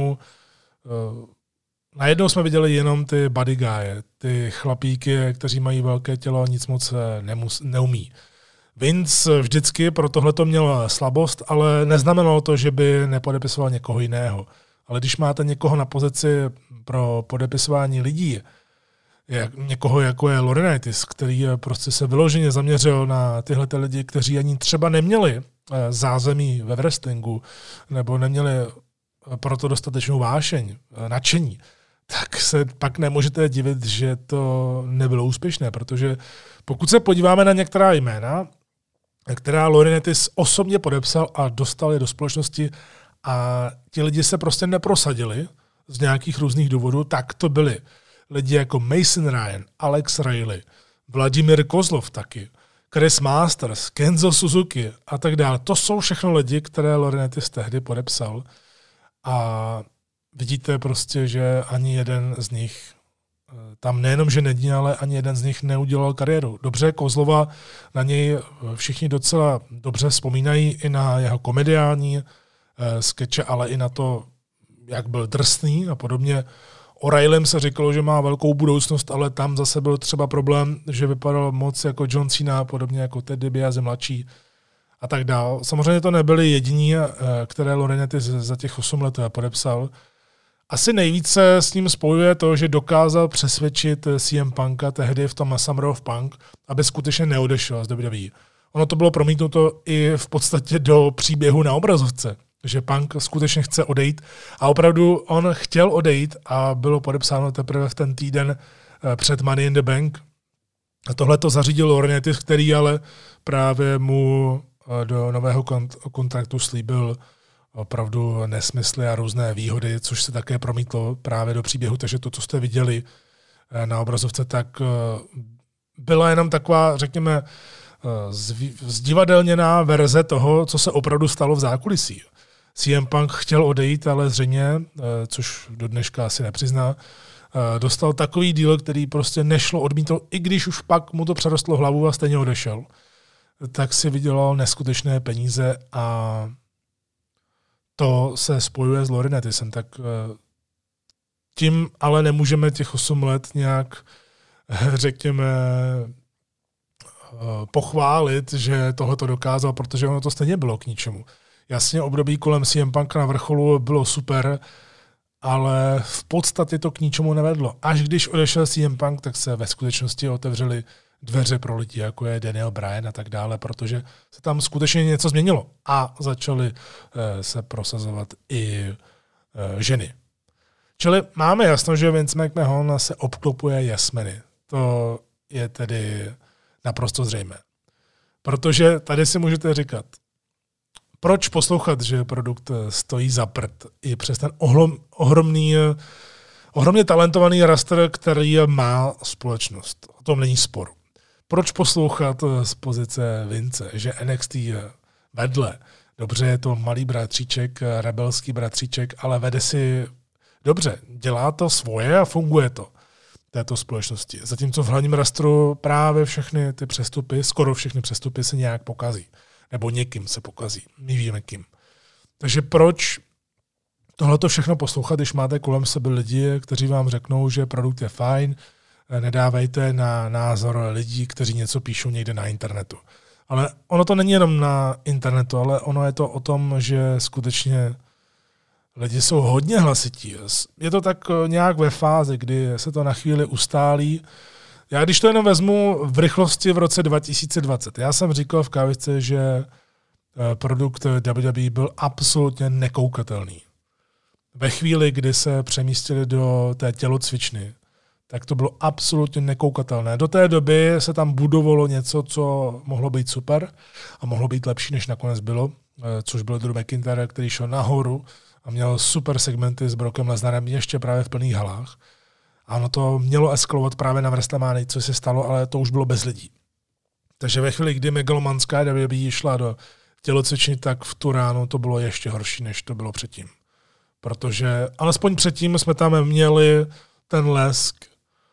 Speaker 1: najednou jsme viděli jenom ty body guy, ty chlapíky, kteří mají velké tělo a nic moc neumí. Vince vždycky pro tohleto měl slabost, ale neznamenalo to, že by nepodepisoval někoho jiného. Ale když máte někoho na pozici pro podepisování lidí, někoho jako je Laurinaitis, který prostě se vyloženě zaměřil na tyhle lidi, kteří ani třeba neměli zázemí ve wrestlingu, nebo neměli proto dostatečnou vášeň, nadšení, tak se pak nemůžete divit, že to nebylo úspěšné, protože pokud se podíváme na některá jména, která Laurinaitis osobně podepsal a dostal je do společnosti a ti lidi se prostě neprosadili z nějakých různých důvodů, tak to byli lidi jako Mason Ryan, Alex Riley, Vladimír Kozlov taky, Chris Masters, Kenzo Suzuki a tak dále. To jsou všechno lidi, které Laurinaitis tehdy podepsal a vidíte prostě, že ani jeden z nich tam nejenom, že není, ale ani jeden z nich neudělal kariéru. Dobře, Kozlova, na něj všichni docela dobře vzpomínají i na jeho komediální skeče, ale i na to, jak byl drsný a podobně. O Rylem se říkalo, že má velkou budoucnost, ale tam zase byl třeba problém, že vypadal moc jako John Cena, podobně jako Ted DiBiase mladší a tak dál. Samozřejmě to nebyli jediní, které Laurinaitis za těch 8 let podepsal. Asi nejvíce s ním spojuje to, že dokázal přesvědčit CM Punka tehdy v tom Summer of Punk, aby skutečně neodešel z WWE. ono to bylo promítnuto i v podstatě do příběhu na obrazovce, že Punk skutečně chce odejít a opravdu on chtěl odejít a bylo podepsáno teprve v ten týden před Money in the Bank. A tohle to zařídil Laurinaitis, který ale právě mu do nového kontraktu slíbil opravdu nesmysly a různé výhody, což se také promítlo právě do příběhu, takže to, co jste viděli na obrazovce, tak byla jenom taková, řekněme, zdivadelněná verze toho, co se opravdu stalo v zákulisí. CM Punk chtěl odejít, ale zřejmě, což do dneška asi nepřizná, dostal takový deal, který prostě nešlo odmítnout, i když už pak mu to přerostlo hlavu a stejně odešel. Tak si vydělal neskutečné peníze a to se spojuje s Laurinaitisem. Tak tím ale nemůžeme těch 8 let nějak, řekněme, pochválit, že tohleto dokázal, protože ono to stejně bylo k ničemu. Jasně, období kolem CM Punka na vrcholu bylo super, ale v podstatě to k ničemu nevedlo. Až když odešel CM Punk, tak se ve skutečnosti otevřely dveře pro lidi, jako je Daniel Bryan a tak dále, protože se tam skutečně něco změnilo a začaly se prosazovat i ženy. Čili máme jasno, že Vince McMahon se obklopuje jasmeny. To je tedy naprosto zřejmé. Protože tady si můžete říkat, proč poslouchat, že produkt stojí za prd i přes ten ohromně talentovaný roster, který má společnost. O tom není sporu. Proč poslouchat z pozice Vince, že NXT je vedle? Dobře, je to malý bratříček, rebelský bratříček, ale vede si dobře, dělá to svoje a funguje to této společnosti. Zatímco v hlavním rostru právě všechny ty přestupy, skoro všechny přestupy se nějak pokazí. Nebo někým se pokazí. My víme kým. Takže proč tohleto všechno poslouchat, když máte kolem sebe lidi, kteří vám řeknou, že produkt je fajn, nedávejte na názor lidí, kteří něco píšou někde na internetu. Ale ono to není jenom na internetu, ale ono je to o tom, že skutečně lidi jsou hodně hlasití. Je to tak nějak ve fázi, kdy se to na chvíli ustálí. Já když to jenom vezmu v rychlosti v roce 2020, já jsem říkal v kávičce, že produkt WWE byl absolutně nekoukatelný. Ve chvíli, kdy se přemístili do té tělocvičny, tak to bylo absolutně nekoukatelné. Do té doby se tam budovalo něco, co mohlo být super a mohlo být lepší, než nakonec bylo, což byl Drew McIntyre, který šel nahoru a měl super segmenty s Brockem Lesnarem ještě právě v plných halách. A ono to mělo eskalovat právě na WrestleManii, co se stalo, ale to už bylo bez lidí. Takže ve chvíli, kdy megalomanská WWE šla do tělocvičny, tak v tu ránu to bylo ještě horší, než to bylo předtím. Protože alespoň předtím jsme tam měli ten lesk,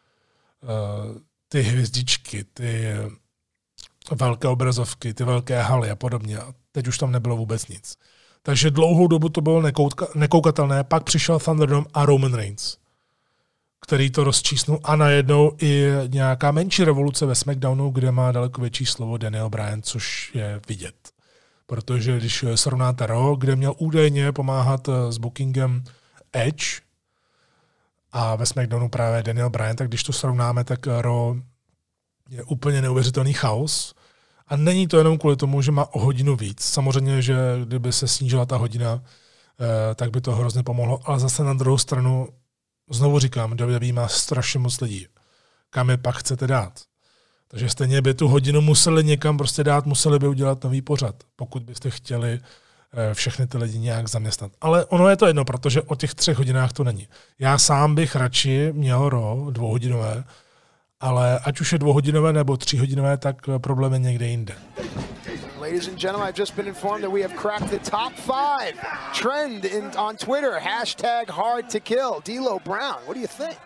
Speaker 1: ty hvězdičky, ty velké obrazovky, ty velké haly a podobně. A teď už tam nebylo vůbec nic. Takže dlouhou dobu to bylo nekoukatelné. Pak přišel Thunderdome a Roman Reigns, který to rozčísnul a najednou i nějaká menší revoluce ve SmackDownu, kde má daleko větší slovo Daniel Bryan, což je vidět. Protože když srovnáte Raw, kde měl údajně pomáhat s bookingem Edge a ve SmackDownu právě Daniel Bryan, tak když to srovnáme, tak Raw je úplně neuvěřitelný chaos. A není to jenom kvůli tomu, že má o hodinu víc. Samozřejmě, že kdyby se snížila ta hodina, tak by to hrozně pomohlo. Ale zase na druhou stranu, znovu říkám, WWE má strašně moc lidí. Kam je pak chcete dát? Takže stejně by tu hodinu museli někam prostě dát, museli by udělat nový pořad, pokud byste chtěli všechny ty lidi nějak zaměstnat. Ale ono je to jedno, protože o těch 3 hodinách to není. Já sám bych radši měl Raw 2hodinové, ale ať už je 2hodinové nebo 3hodinové, tak problém je někde jinde.
Speaker 2: Ladies and gentlemen, I've just been informed that we have cracked the top 5 trend on Twitter. #HardToKill. D'Lo Brown, what do you think?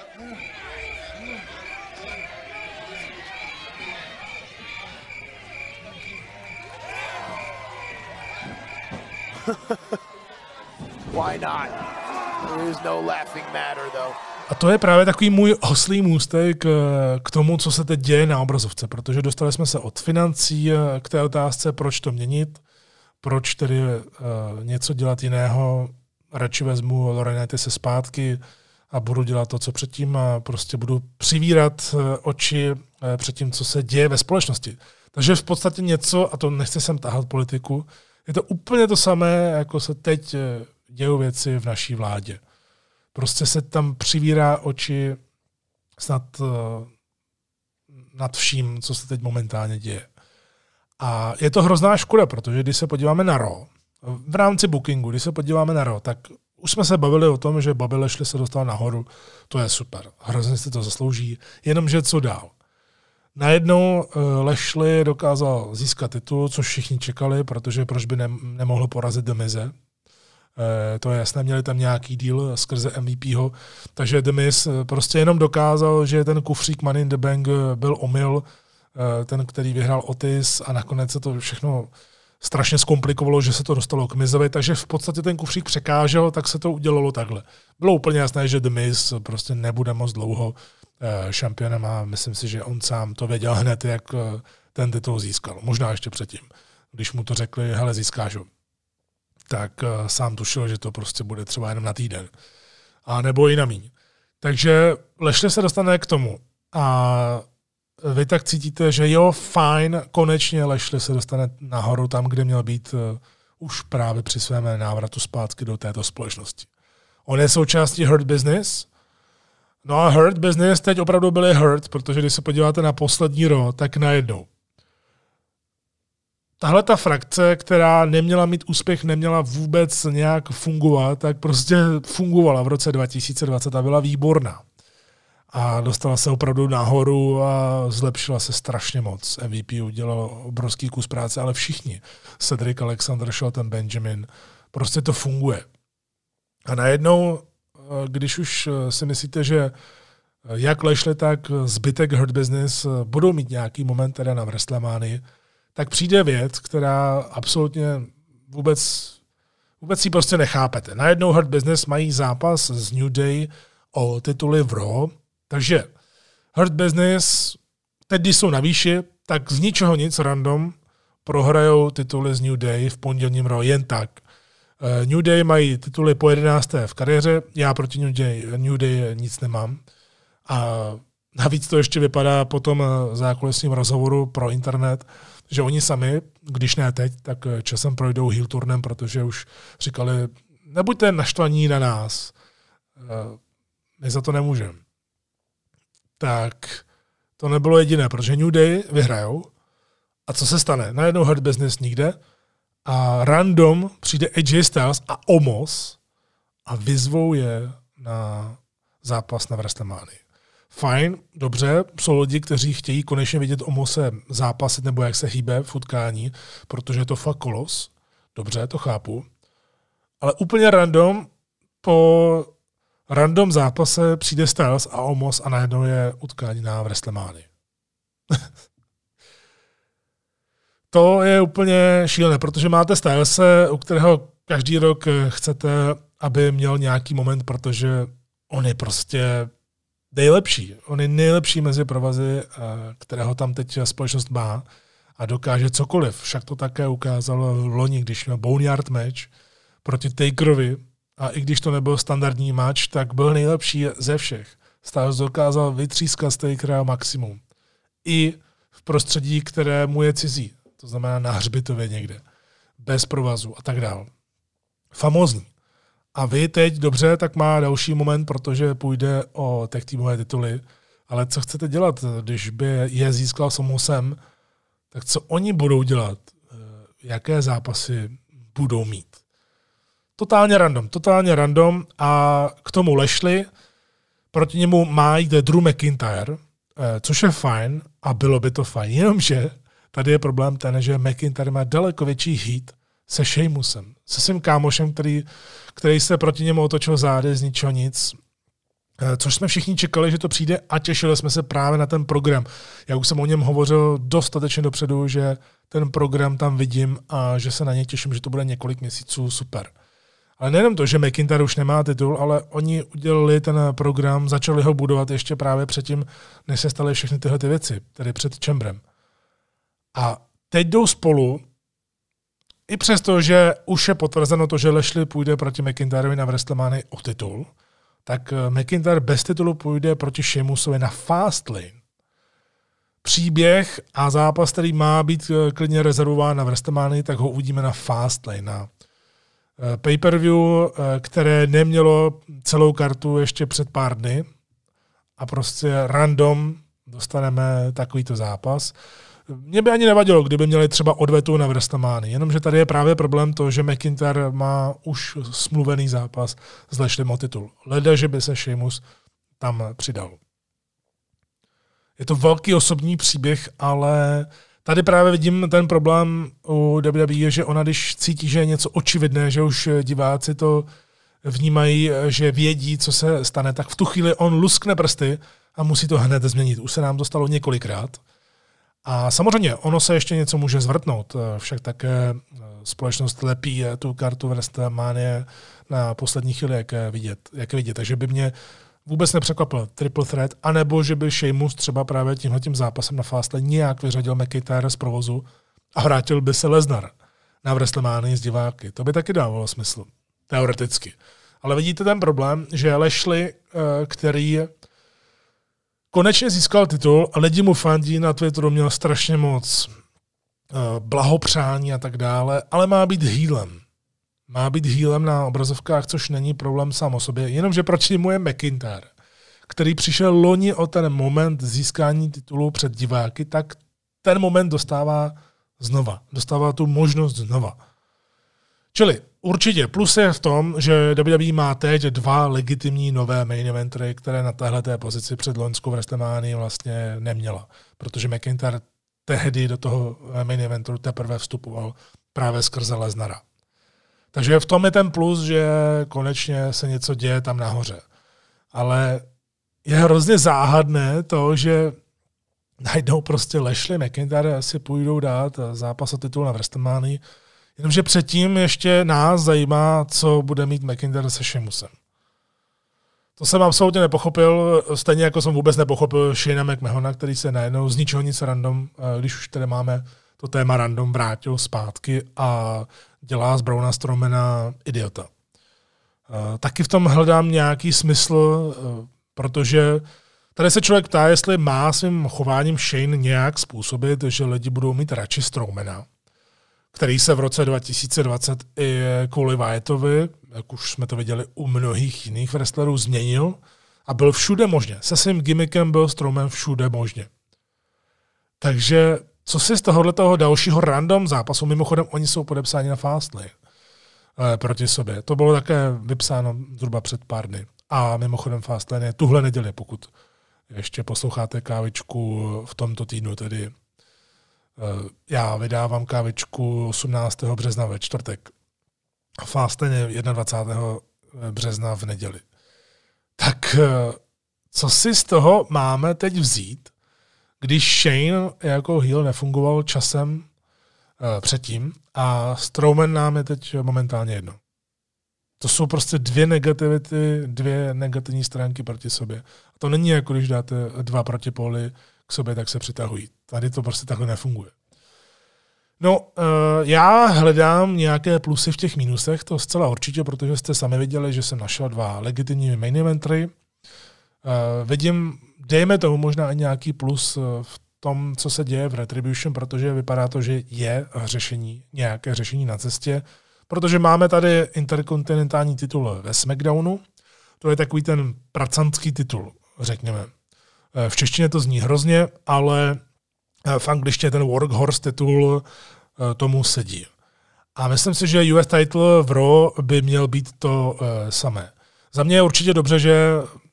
Speaker 2: Why not? There is no laughing matter, though.
Speaker 1: A to je právě takový můj oslý můstek k tomu, co se teď děje na obrazovce, protože dostali jsme se od financí k té otázce, proč to měnit, proč tedy něco dělat jiného, radši vezmu Laurinaitis se zpátky a budu dělat to, co předtím a prostě budu přivírat oči před tím, co se děje ve společnosti. Takže v podstatě něco, a to nechci sem tahat politiku, je to úplně to samé, jako se teď dějou věci v naší vládě. Prostě se tam přivírá oči snad nad vším, co se teď momentálně děje. A je to hrozná škoda, protože když se podíváme na Raw, v rámci bookingu, když se podíváme na Raw, tak už jsme se bavili o tom, že Bobby Lashley se dostal nahoru, to je super, hrozně si to zaslouží, jenomže co dál. Najednou Lashley dokázal získat titul, což všichni čekali, protože proč by nemohl porazit The Mize. To je jasné, měli tam nějaký deal skrze MVPho, takže The Miz prostě jenom dokázal, že ten kufřík Money in the Bank byl omyl, ten, který vyhrál Otis a nakonec se to všechno strašně zkomplikovalo, že se to dostalo k Mizovi, takže v podstatě ten kufřík překážel, tak se to udělalo takhle. Bylo úplně jasné, že The Miz prostě nebude moc dlouho šampionem a myslím si, že on sám to věděl hned, jak ten titul získal. Možná ještě předtím, když mu to řekli, hele, získáš ho. Tak sám tušil, že to prostě bude třeba jenom na týden. A nebo i na míň. Takže Lashley se dostane k tomu. A vy tak cítíte, že jo, fajn, konečně Lashley se dostane nahoru tam, kde měl být už právě při svém návratu zpátky do této společnosti. On je součástí Hurt Business. No a Hurt Business teď opravdu byli hurt, protože když se podíváte na poslední Raw, tak najednou. Tahle ta frakce, která neměla mít úspěch, neměla vůbec nějak fungovat, tak prostě fungovala v roce 2020 a byla výborná. A dostala se opravdu nahoru a zlepšila se strašně moc. MVP udělal obrovský kus práce, ale všichni. Cedric Alexander, Shelton Benjamin. Prostě to funguje. A najednou, když už si myslíte, že jak Lashley, tak zbytek Hurt Business budou mít nějaký moment teda na WrestleManii, tak přijde věc, která absolutně vůbec si prostě nechápete. Najednou Hurt Business mají zápas z New Day o tituly v Raw, takže Hurt Business, teď když jsou na výši, tak z ničeho nic random prohrajou tituly z New Day v pondělním Raw jen tak. New Day mají tituly po 11. v kariéře, já proti New Day nic nemám. A navíc to ještě vypadá po tom zákulisním rozhovoru pro internet, že oni sami, když ne teď, tak časem projdou heel turnem, protože už říkali, nebuďte naštvaní na nás, my za to nemůžeme. Tak to nebylo jediné, protože New Day vyhrajou a co se stane? Najednou Hurt Business nikde a random přijde AJ Styles a Omos a vyzvou je na zápas na WrestleManii. Fajn, dobře, jsou lidi, kteří chtějí konečně vidět Omose zápasit nebo jak se hýbe v utkání, protože je to fakt kolos. Dobře, to chápu. Ale úplně random, po random zápase přijde Styles a Omos a najednou je utkání na WrestleManii. To je úplně šílené, protože máte Stylese, u kterého každý rok chcete, aby měl nějaký moment, protože on je prostě nejlepší. On je nejlepší mezi provazy, kterého tam teď společnost má a dokáže cokoliv. Však to také ukázal v loni, když měl Boneyard match proti Takerovi a i když to nebyl standardní match, tak byl nejlepší ze všech. Styles dokázal vytřískat z Takera maximum. I v prostředí, které mu je cizí. To znamená na hřbitově někde. Bez provazu a tak dál. Famózní. A vy teď, dobře, tak má další moment, protože půjde o tag teamové tituly. Ale co chcete dělat, když by je získal s Omosem, tak co oni budou dělat? Jaké zápasy budou mít? Totálně random. A k tomu Lashley, proti němu má jít Drew McIntyre, což je fajn a bylo by to fajn. Jenomže tady je problém ten, že McIntyre má daleko větší heat se Sheamusem, se svým kámošem, který se proti němu otočil zády z ničeho nic. Což jsme všichni čekali, že to přijde a těšili jsme se právě na ten program. Já už jsem o něm hovořil dostatečně dopředu, že ten program tam vidím a že se na něj těším, že to bude několik měsíců super. Ale nejenom to, že McIntyre už nemá titul, ale oni udělali ten program, začali ho budovat ještě právě předtím, než se staly všechny tyhle ty věci, tedy před Chamberem. A teď jdou spolu, i přesto, že už je potvrzeno to, že Lashley půjde proti McIntyrovi na WrestleManii o titul, tak McIntyre bez titulu půjde proti Sheamusovi na Fastlane. Příběh a zápas, který má být klidně rezervován na WrestleManii, tak ho uvidíme na Fastlane, na pay-per-view, které nemělo celou kartu ještě před pár dny a prostě random dostaneme takovýto zápas. Mně by ani nevadilo, kdyby měli třeba odvetu na WrestleManii, jenomže tady je právě problém to, že McIntyre má už smluvený zápas s Lashlem o titul. Leda, že by se Sheamus tam přidal. Je to velký osobní příběh, ale tady právě vidím ten problém u WWE, že ona, když cítí, že je něco očividné, že už diváci to vnímají, že vědí, co se stane, tak v tu chvíli on luskne prsty a musí to hned změnit. Už se nám to stalo několikrát. A samozřejmě ono se ještě něco může zvrtnout, však také společnost lepí tu kartu WrestleMania na poslední chvíli, jak vidět. Takže by mě vůbec nepřekvapil triple threat, anebo že by Sheamus třeba právě tímhletím zápasem na Fastlane nějak vyřadil McIntyre z provozu a vrátil by se Lesnar na WrestleMania z diváky. To by taky dávalo smysl, teoreticky. Ale vidíte ten problém, že Lashley, který konečně získal titul a lidi mu fandí, na Twitteru měl strašně moc blahopřání a tak dále, ale má být heelem. Má být heelem na obrazovkách, což není problém sám o sobě, jenomže proti němu je McIntyre, který přišel loni o ten moment získání titulu před diváky, tak ten moment dostává tu možnost znova. Čili určitě plus je v tom, že WWE má teď 2 legitimní nové main eventy, které na téhleté pozici před loňskou WrestleManii vlastně neměla, protože McIntyre tehdy do toho main eventu teprve vstupoval právě skrze Lesnara. Takže v tom je ten plus, že konečně se něco děje tam nahoře. Ale je hrozně záhadné to, že najdou prostě Lashley, McIntyre si půjdou dát zápas o titul na WrestleManii, jenomže předtím ještě nás zajímá, co bude mít McIntyre se Sheamusem. To jsem absolutně nepochopil, stejně jako jsem vůbec nepochopil Shayna McMahona, který se najednou z ničeho nic random, když už tady máme to téma random, vrátil zpátky a dělá z Brauna Strowmana idiota. Taky v tom hledám nějaký smysl, protože tady se člověk ptá, jestli má svým chováním Shane nějak způsobit, že lidi budou mít radši Strowmana, který se v roce 2020 i kvůli Wyattovi, jak už jsme to viděli u mnohých jiných wrestlerů, změnil a byl všude možně. Se svým gimmickem byl Strowman všude možně. Takže co si z tohoto dalšího random zápasu, mimochodem oni jsou podepsáni na Fastlane proti sobě. To bylo také vypsáno zhruba před pár dny. A mimochodem Fastlane je tuhle neděli, pokud ještě posloucháte kávičku v tomto týdnu, tedy já vydávám kávičku 18. března ve čtvrtek. Fastlane je 21. března v neděli. Tak co si z toho máme teď vzít, když Shane jako heel nefungoval časem předtím a Strowman nám je teď momentálně jedno. To jsou prostě dvě negativní stránky proti sobě. A to není jako když dáte 2 protipóly k sobě, tak se přitahují. Tady to prostě takhle nefunguje. No, já hledám nějaké plusy v těch mínusech, to zcela určitě, protože jste sami viděli, že jsem našel 2 legitimní main eventy. Vidím, dejme tomu možná i nějaký plus v tom, co se děje v Retribution, protože vypadá to, že je nějaké řešení na cestě, protože máme tady interkontinentální titul ve SmackDownu, to je takový ten pracantský titul, řekněme. V češtině to zní hrozně, ale v angličtině ten Workhorse titul tomu sedí. A myslím si, že US title v Raw by měl být to samé. Za mě je určitě dobře, že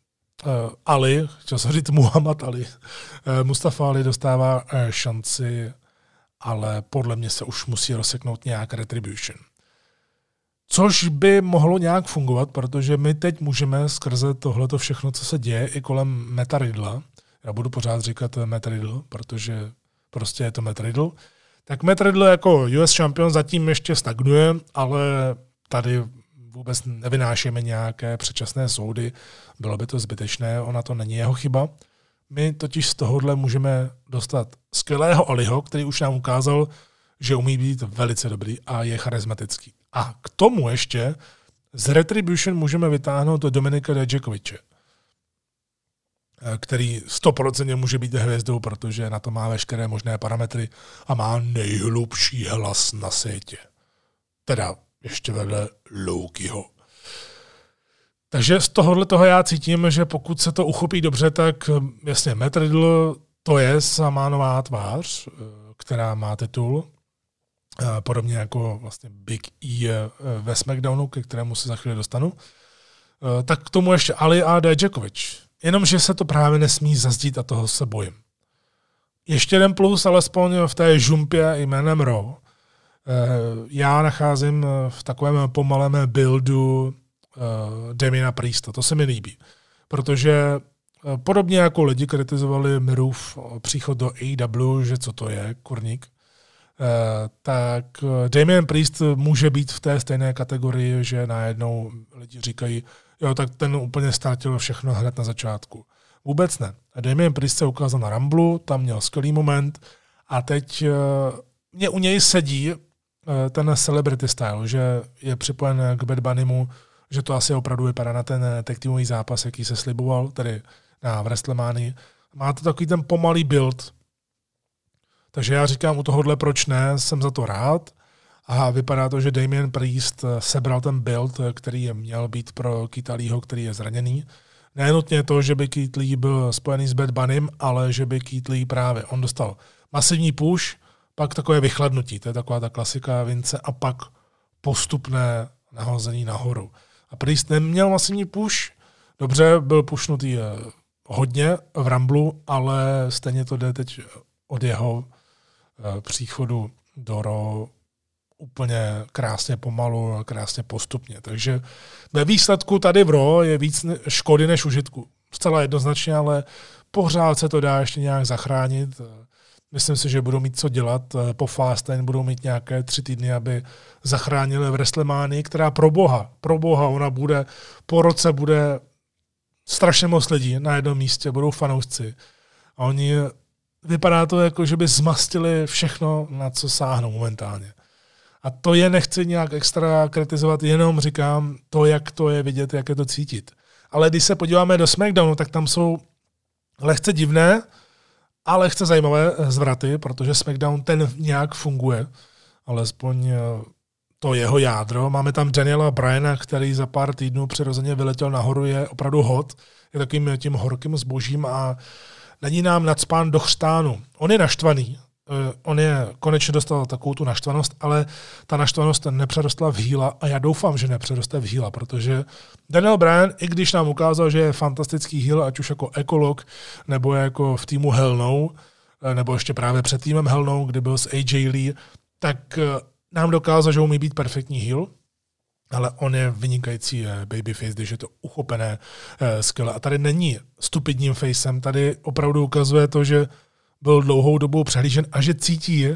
Speaker 1: Ali, chtěl jsem říct Muhammad Ali, Mustafa Ali dostává šanci, ale podle mě se už musí rozseknout nějak Retribution. Což by mohlo nějak fungovat, protože my teď můžeme skrze tohleto všechno, co se děje i kolem Matta Riddla, já budu pořád říkat Matt Riddle, protože prostě je to Matt Riddle, tak Matt Riddle jako US champion zatím ještě stagnuje, ale tady vůbec nevynášíme nějaké předčasné soudy, bylo by to zbytečné, ona to není jeho chyba. My totiž z tohohle můžeme dostat skvělého Aliho, který už nám ukázal, že umí být velice dobrý a je charismatický. A k tomu ještě Z Retribution můžeme vytáhnout Dominika Dijakoviče, který 100% může být hvězdou, protože na to má veškeré možné parametry a má nejhlubší hlas na světě. Teda ještě vedle Lokiho. Takže z toho já cítím, že pokud se to uchopí dobře, tak jasně Matt Riddle to je sama nová tvář, která má titul, podobně jako vlastně Big E ve SmackDownu, ke kterému se za chvíli dostanu. Tak k tomu ještě Ali a Dijakovič. Jenomže se to právě nesmí zazdít a toho se bojím. Ještě jeden plus, alespoň v té žumpě jménem Raw. Já nacházím v takovém pomalém buildu Damiana Priesta. To se mi líbí. Protože podobně jako lidi kritizovali Mirův příchod do AEW, že co to je, kurník, tak Damian Priest může být v té stejné kategorii, že najednou lidi říkají, jo, tak ten úplně ztratil všechno hned na začátku. Vůbec ne. Damian Priest se ukázal na Rumble, tam měl skvělý moment a teď mě u něj sedí ten celebrity style, že je připojen k Bad Bunnymu, že to asi opravdu vypadá na ten tag teamový zápas, jaký se sliboval, tedy na WrestleManii. Má to takový ten pomalý build. Takže já říkám u tohohle, proč ne, jsem za to rád. A vypadá to, že Damian Priest sebral ten build, který měl být pro Keitha Leeho, který je zraněný. Nenutně to, že by Keith Lee byl spojený s Bad Bunnym, ale že by Keith Lee právě, on dostal masivní push, pak takové vychladnutí, to je taková ta klasika Vince, a pak postupné nahození nahoru. A Priest neměl masivní push, dobře, byl pushnutý hodně v Rumblu, ale stejně to jde teď od jeho příchodu do Raw úplně krásně pomalu, krásně postupně. Takže ve výsledku tady v Raw je víc škody než užitku. Zcela jednoznačně, ale pořád se to dá ještě nějak zachránit. Myslím si, že budou mít co dělat. Po Fastlane budou mít nějaké 3 týdny, aby zachránili WrestleManii, která pro boha, ona bude, po roce bude strašně moc lidí na jednom místě, budou fanoušci. A oni, vypadá to jako, že by zmastili všechno, na co sáhnou momentálně. A to je nechci nějak extra kritizovat, jenom říkám to, jak to je vidět, jak je to cítit. Ale když se podíváme do SmackDownu, tak tam jsou lehce divné a lehce zajímavé zvraty, protože SmackDown ten nějak funguje, alespoň to jeho jádro. Máme tam Daniela Bryana, který za pár týdnů přirozeně vyletěl nahoru, je opravdu hot, je takovým tím horkým zbožím a není nám nacpán do chřtánu. On je naštvaný, on je konečně dostal takovou tu naštvanost, ale ta naštvanost nepřerostla v heela a já doufám, že nepřeroste v heela, protože Daniel Bryan, i když nám ukázal, že je fantastický heel, ať už jako ekolog, nebo jako v týmu Hell No, nebo ještě právě před týmem Hell No, kdy byl s AJ Lee, tak nám dokázal, že umí být perfektní heel, ale on je vynikající babyface, když je to uchopené skvěle. A tady není stupidním facem, tady opravdu ukazuje to, že byl dlouhou dobu přehlížen a že cítí,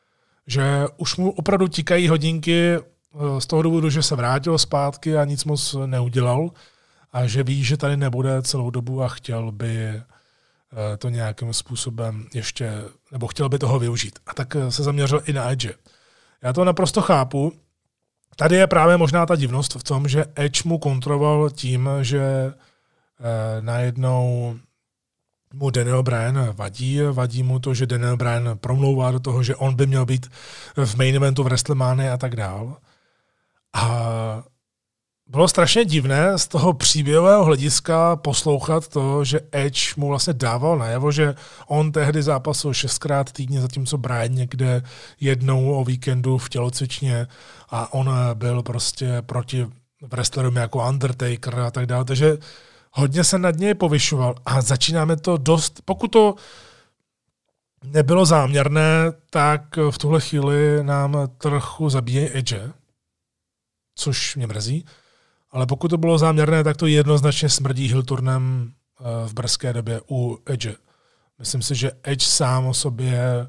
Speaker 1: že už mu opravdu tikají hodinky z toho důvodu, že se vrátil zpátky a nic moc neudělal a že ví, že tady nebude celou dobu a chtěl by to nějakým způsobem ještě, nebo chtěl by toho využít. A tak se zaměřil i na Edge. Já to naprosto chápu. Tady je právě možná ta divnost v tom, že Edge mu kontroloval tím, že najednou mu Daniel Bryan vadí mu to, že Daniel Bryan promlouvá do toho, že on by měl být v main eventu v WrestleMania a tak dál. A bylo strašně divné z toho příběhového hlediska poslouchat to, že Edge mu vlastně dával najevo, že on tehdy zápasil 6krát týdně, zatímco Bryan někde jednou o víkendu v tělocvičně a on byl prostě proti wrestlerům jako Undertaker a tak dále. Takže hodně se nad něj povyšoval a začínáme to dost, pokud to nebylo záměrné, tak v tuhle chvíli nám trochu zabíjí Edge, což mě mrzí, ale pokud to bylo záměrné, tak to jednoznačně smrdí heel-turnem v brzké době u Edge. Myslím si, že Edge sám o sobě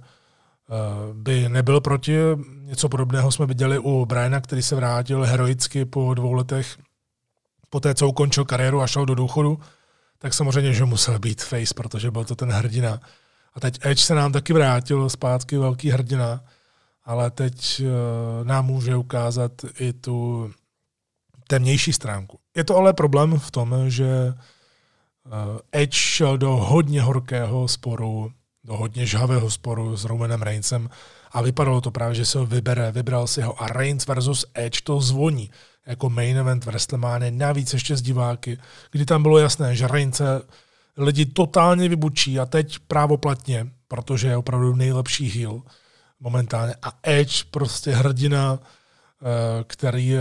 Speaker 1: by nebyl proti. Něco podobného jsme viděli u Bryana, který se vrátil heroicky po 2 letech poté, co ukončil kariéru a šel do důchodu, tak samozřejmě, že musel být face, protože byl to ten hrdina. A teď Edge se nám taky vrátil zpátky, velký hrdina, ale teď nám může ukázat i tu temnější stránku. Je to ale problém v tom, že Edge šel do hodně horkého sporu, do hodně žhavého sporu s Romanem Reignsem a vypadalo to právě, že se ho vybral si ho a Reigns versus Edge to zvoní jako main event WrestleMania, navíc ještě z diváky, kdy tam bylo jasné, že Reigns lidi totálně vybučí a teď právoplatně, protože je opravdu nejlepší heel momentálně a Edge prostě hrdina, který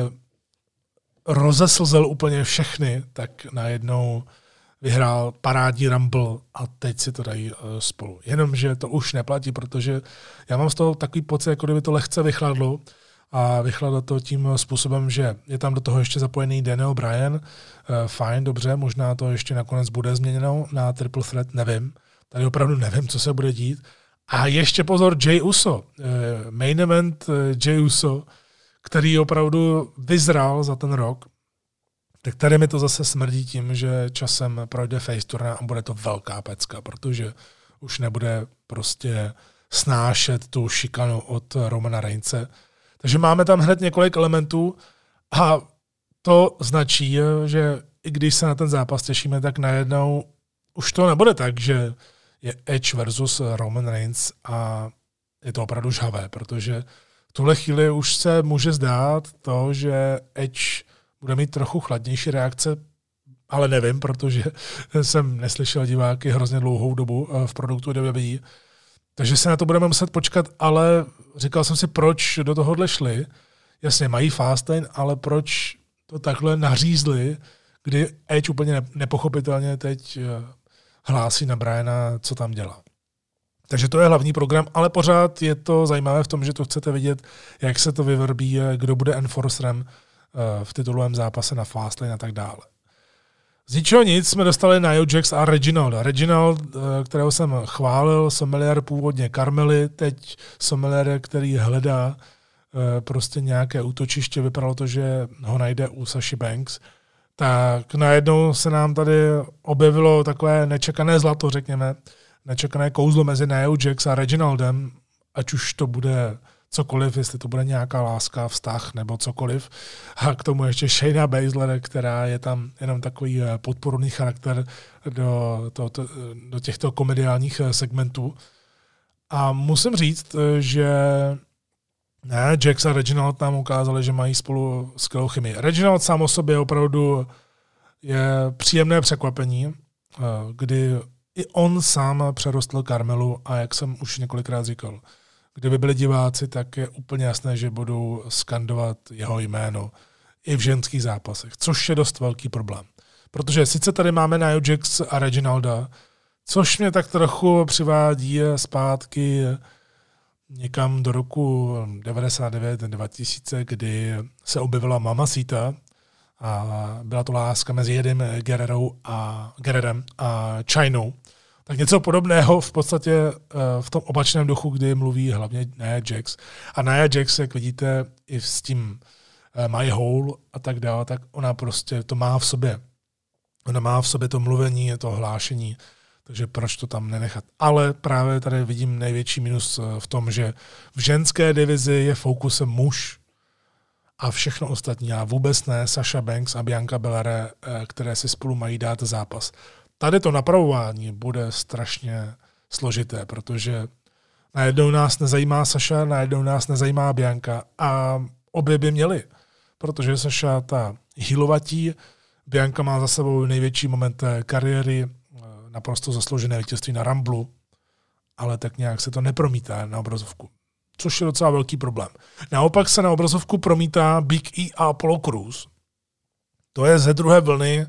Speaker 1: rozeslzel úplně všechny, tak najednou vyhrál parádní Rumble a teď si to dají spolu. Jenomže to už neplatí, protože já mám z toho takový pocit, jako kdyby to lehce vychladlo a vychladlo to tím způsobem, že je tam do toho ještě zapojený Daniel Bryan. Fajn, dobře, možná to ještě nakonec bude změněno na Triple Threat, nevím. Tady opravdu nevím, co se bude dít. A ještě pozor, Jey Uso. Main event Jey Uso, který opravdu vyzral za ten rok. Tak tady mi to zase smrdí tím, že časem projde face turné a bude to velká pecka, protože už nebude prostě snášet tu šikanu od Romana Reignse. Takže máme tam hned několik elementů a to značí, že i když se na ten zápas těšíme, tak najednou už to nebude tak, že je Edge versus Roman Reigns a je to opravdu žhavé, protože v tuhle chvíli už se může zdát to, že Edge bude mít trochu chladnější reakce, ale nevím, protože jsem neslyšel diváky hrozně dlouhou dobu v produktu WWE. Takže se na to budeme muset počkat, ale říkal jsem si, proč do tohohle šli. Jasně, mají Fastlane, ale proč to takhle nařízli, kdy Edge úplně nepochopitelně teď hlásí na Bryana, co tam dělá. Takže to je hlavní program, ale pořád je to zajímavé v tom, že to chcete vidět, jak se to vyvrbí, kdo bude enforcerem v titulovém zápase na Fastlane a tak dále. Z ničeho nic jsme dostali Nia Jax a Reginalda. Reginald, kterého jsem chválil, sommelier původně Carmely, teď sommelier, který hledá prostě nějaké útočiště, vypadalo to, že ho najde u Sashy Banks, tak najednou se nám tady objevilo takové nečekané zlato, řekněme, nečekané kouzlo mezi Nia Jax a Reginaldem, ať už to bude cokoliv, jestli to bude nějaká láska, vztah nebo cokoliv. A k tomu ještě Shayna Baszler, která je tam jenom takový podporný charakter do těchto komediálních segmentů. A musím říct, že Jax a Reginald nám ukázali, že mají spolu skvělou chemii. Reginald sám o sobě opravdu je příjemné překvapení, kdy i on sám přerostl Carmelu a jak jsem už několikrát říkal, kdyby byli diváci, tak je úplně jasné, že budou skandovat jeho jméno i v ženských zápasech, což je dost velký problém. Protože sice tady máme Nia Jax a Reginalda, což mě tak trochu přivádí zpátky někam do roku 99-2000, kdy se objevila Mamacita a byla to láska mezi Jedem Guerrerem a Chynou. Tak něco podobného v podstatě v tom opačném duchu, kdy mluví hlavně Nia Jax. A Nia Jax, jak vidíte, i s tím My Hole a tak dále, tak ona prostě to má v sobě. Ona má v sobě to mluvení, to hlášení, takže proč to tam nenechat. Ale právě tady vidím největší minus v tom, že v ženské divizi je fokusem muž a všechno ostatní. A vůbec ne Sasha Banks a Bianca Belair, které si spolu mají dát zápas. Tady to napravování bude strašně složité, protože najednou nás nezajímá Sasha, najednou nás nezajímá Bianca a obě by měly, protože Sasha ta healovatí, Bianca má za sebou největší moment kariéry, naprosto zasloužené vítězství na Rumblu, ale tak nějak se to nepromítá na obrazovku, což je docela velký problém. Naopak se na obrazovku promítá Big E a Apollo Crews. To je ze druhé vlny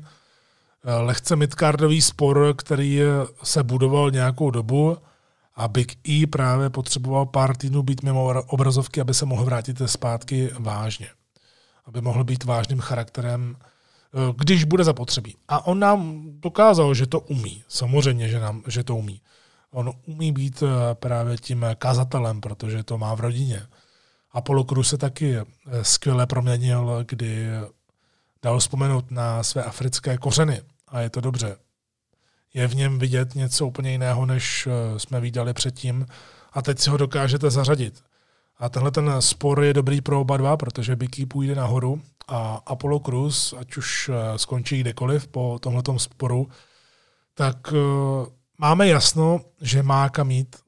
Speaker 1: lehce midcardový spor, který se budoval nějakou dobu a Big E právě potřeboval pár týdnů být mimo obrazovky, aby se mohl vrátit zpátky vážně. Aby mohl být vážným charakterem, když bude zapotřebí. A on nám dokázal, že to umí. Samozřejmě, že to umí. On umí být právě tím kazatelem, protože to má v rodině. Apollo Crews se taky skvěle proměnil, kdy dal vzpomenout na své africké kořeny. A je to dobře. Je v něm vidět něco úplně jiného, než jsme viděli předtím. A teď si ho dokážete zařadit. A tenhle ten spor je dobrý pro oba dva, protože Big E půjde nahoru a Apollo Crews, ať už skončí kdekoliv po tomhletom sporu, tak máme jasno, že má kam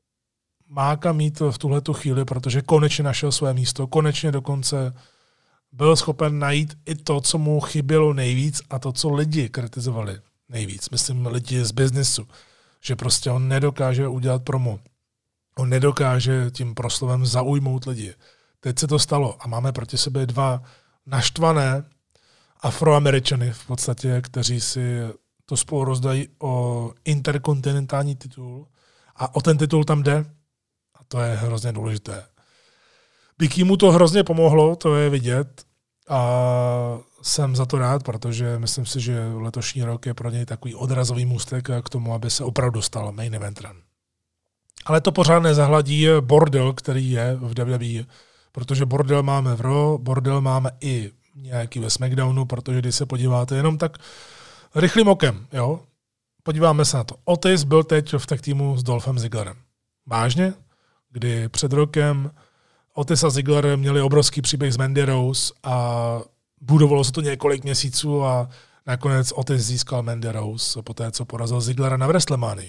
Speaker 1: jít v tuhletu chvíli, protože konečně našel své místo, konečně dokonce byl schopen najít i to, co mu chybělo nejvíc a to, co lidi kritizovali nejvíc. Myslím lidi z biznesu, že prostě on nedokáže udělat promo. On nedokáže tím proslovem zaujmout lidi. Teď se to stalo a máme proti sebe dva naštvané Afroameričany v podstatě, kteří si to spolu rozdají o interkontinentální titul a o ten titul tam jde a to je hrozně důležité. Big E mu to hrozně pomohlo, to je vidět a jsem za to rád, protože myslím si, že letošní rok je pro něj takový odrazový můstek k tomu, aby se opravdu stal main eventrem. Ale to pořád nezahladí bordel, který je v WWE, protože bordel máme v Raw, bordel máme i nějaký ve SmackDownu, protože když se podíváte jenom tak rychlým okem, jo, podíváme se na to. Otis byl teď v tag týmu s Dolphem Zigglerem. Vážně? Kdy před rokem Otis a Ziggler měli obrovský příběh s Mandy Rose a budovalo se to několik měsíců a nakonec Otis získal Mandy Rose poté, co porazil Zigglera na WrestleManii.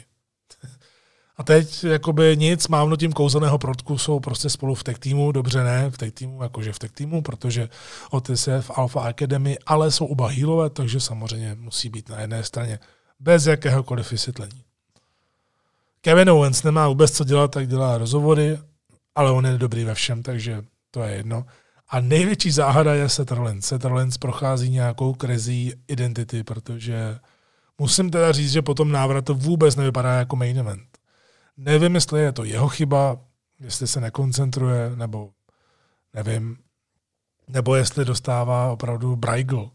Speaker 1: A teď jakoby nic, mávnutím kouzelného protku jsou prostě spolu v tag týmu, dobře ne, v tag týmu, jakože v tag týmu, protože Otis je v Alpha Academy, ale jsou oba heelové, takže samozřejmě musí být na jedné straně bez jakéhokoliv vysvětlení. Kevin Owens nemá vůbec co dělat, tak dělá rozhovory, ale on je dobrý ve všem, takže to je jedno. A největší záhada je Seth Rollins. Seth Rollins prochází nějakou krizí identity, protože musím teda říct, že po tom návratu vůbec nevypadá jako main event. Nevím, jestli je to jeho chyba, jestli se nekoncentruje, nebo nevím, nebo jestli dostává opravdu Brigel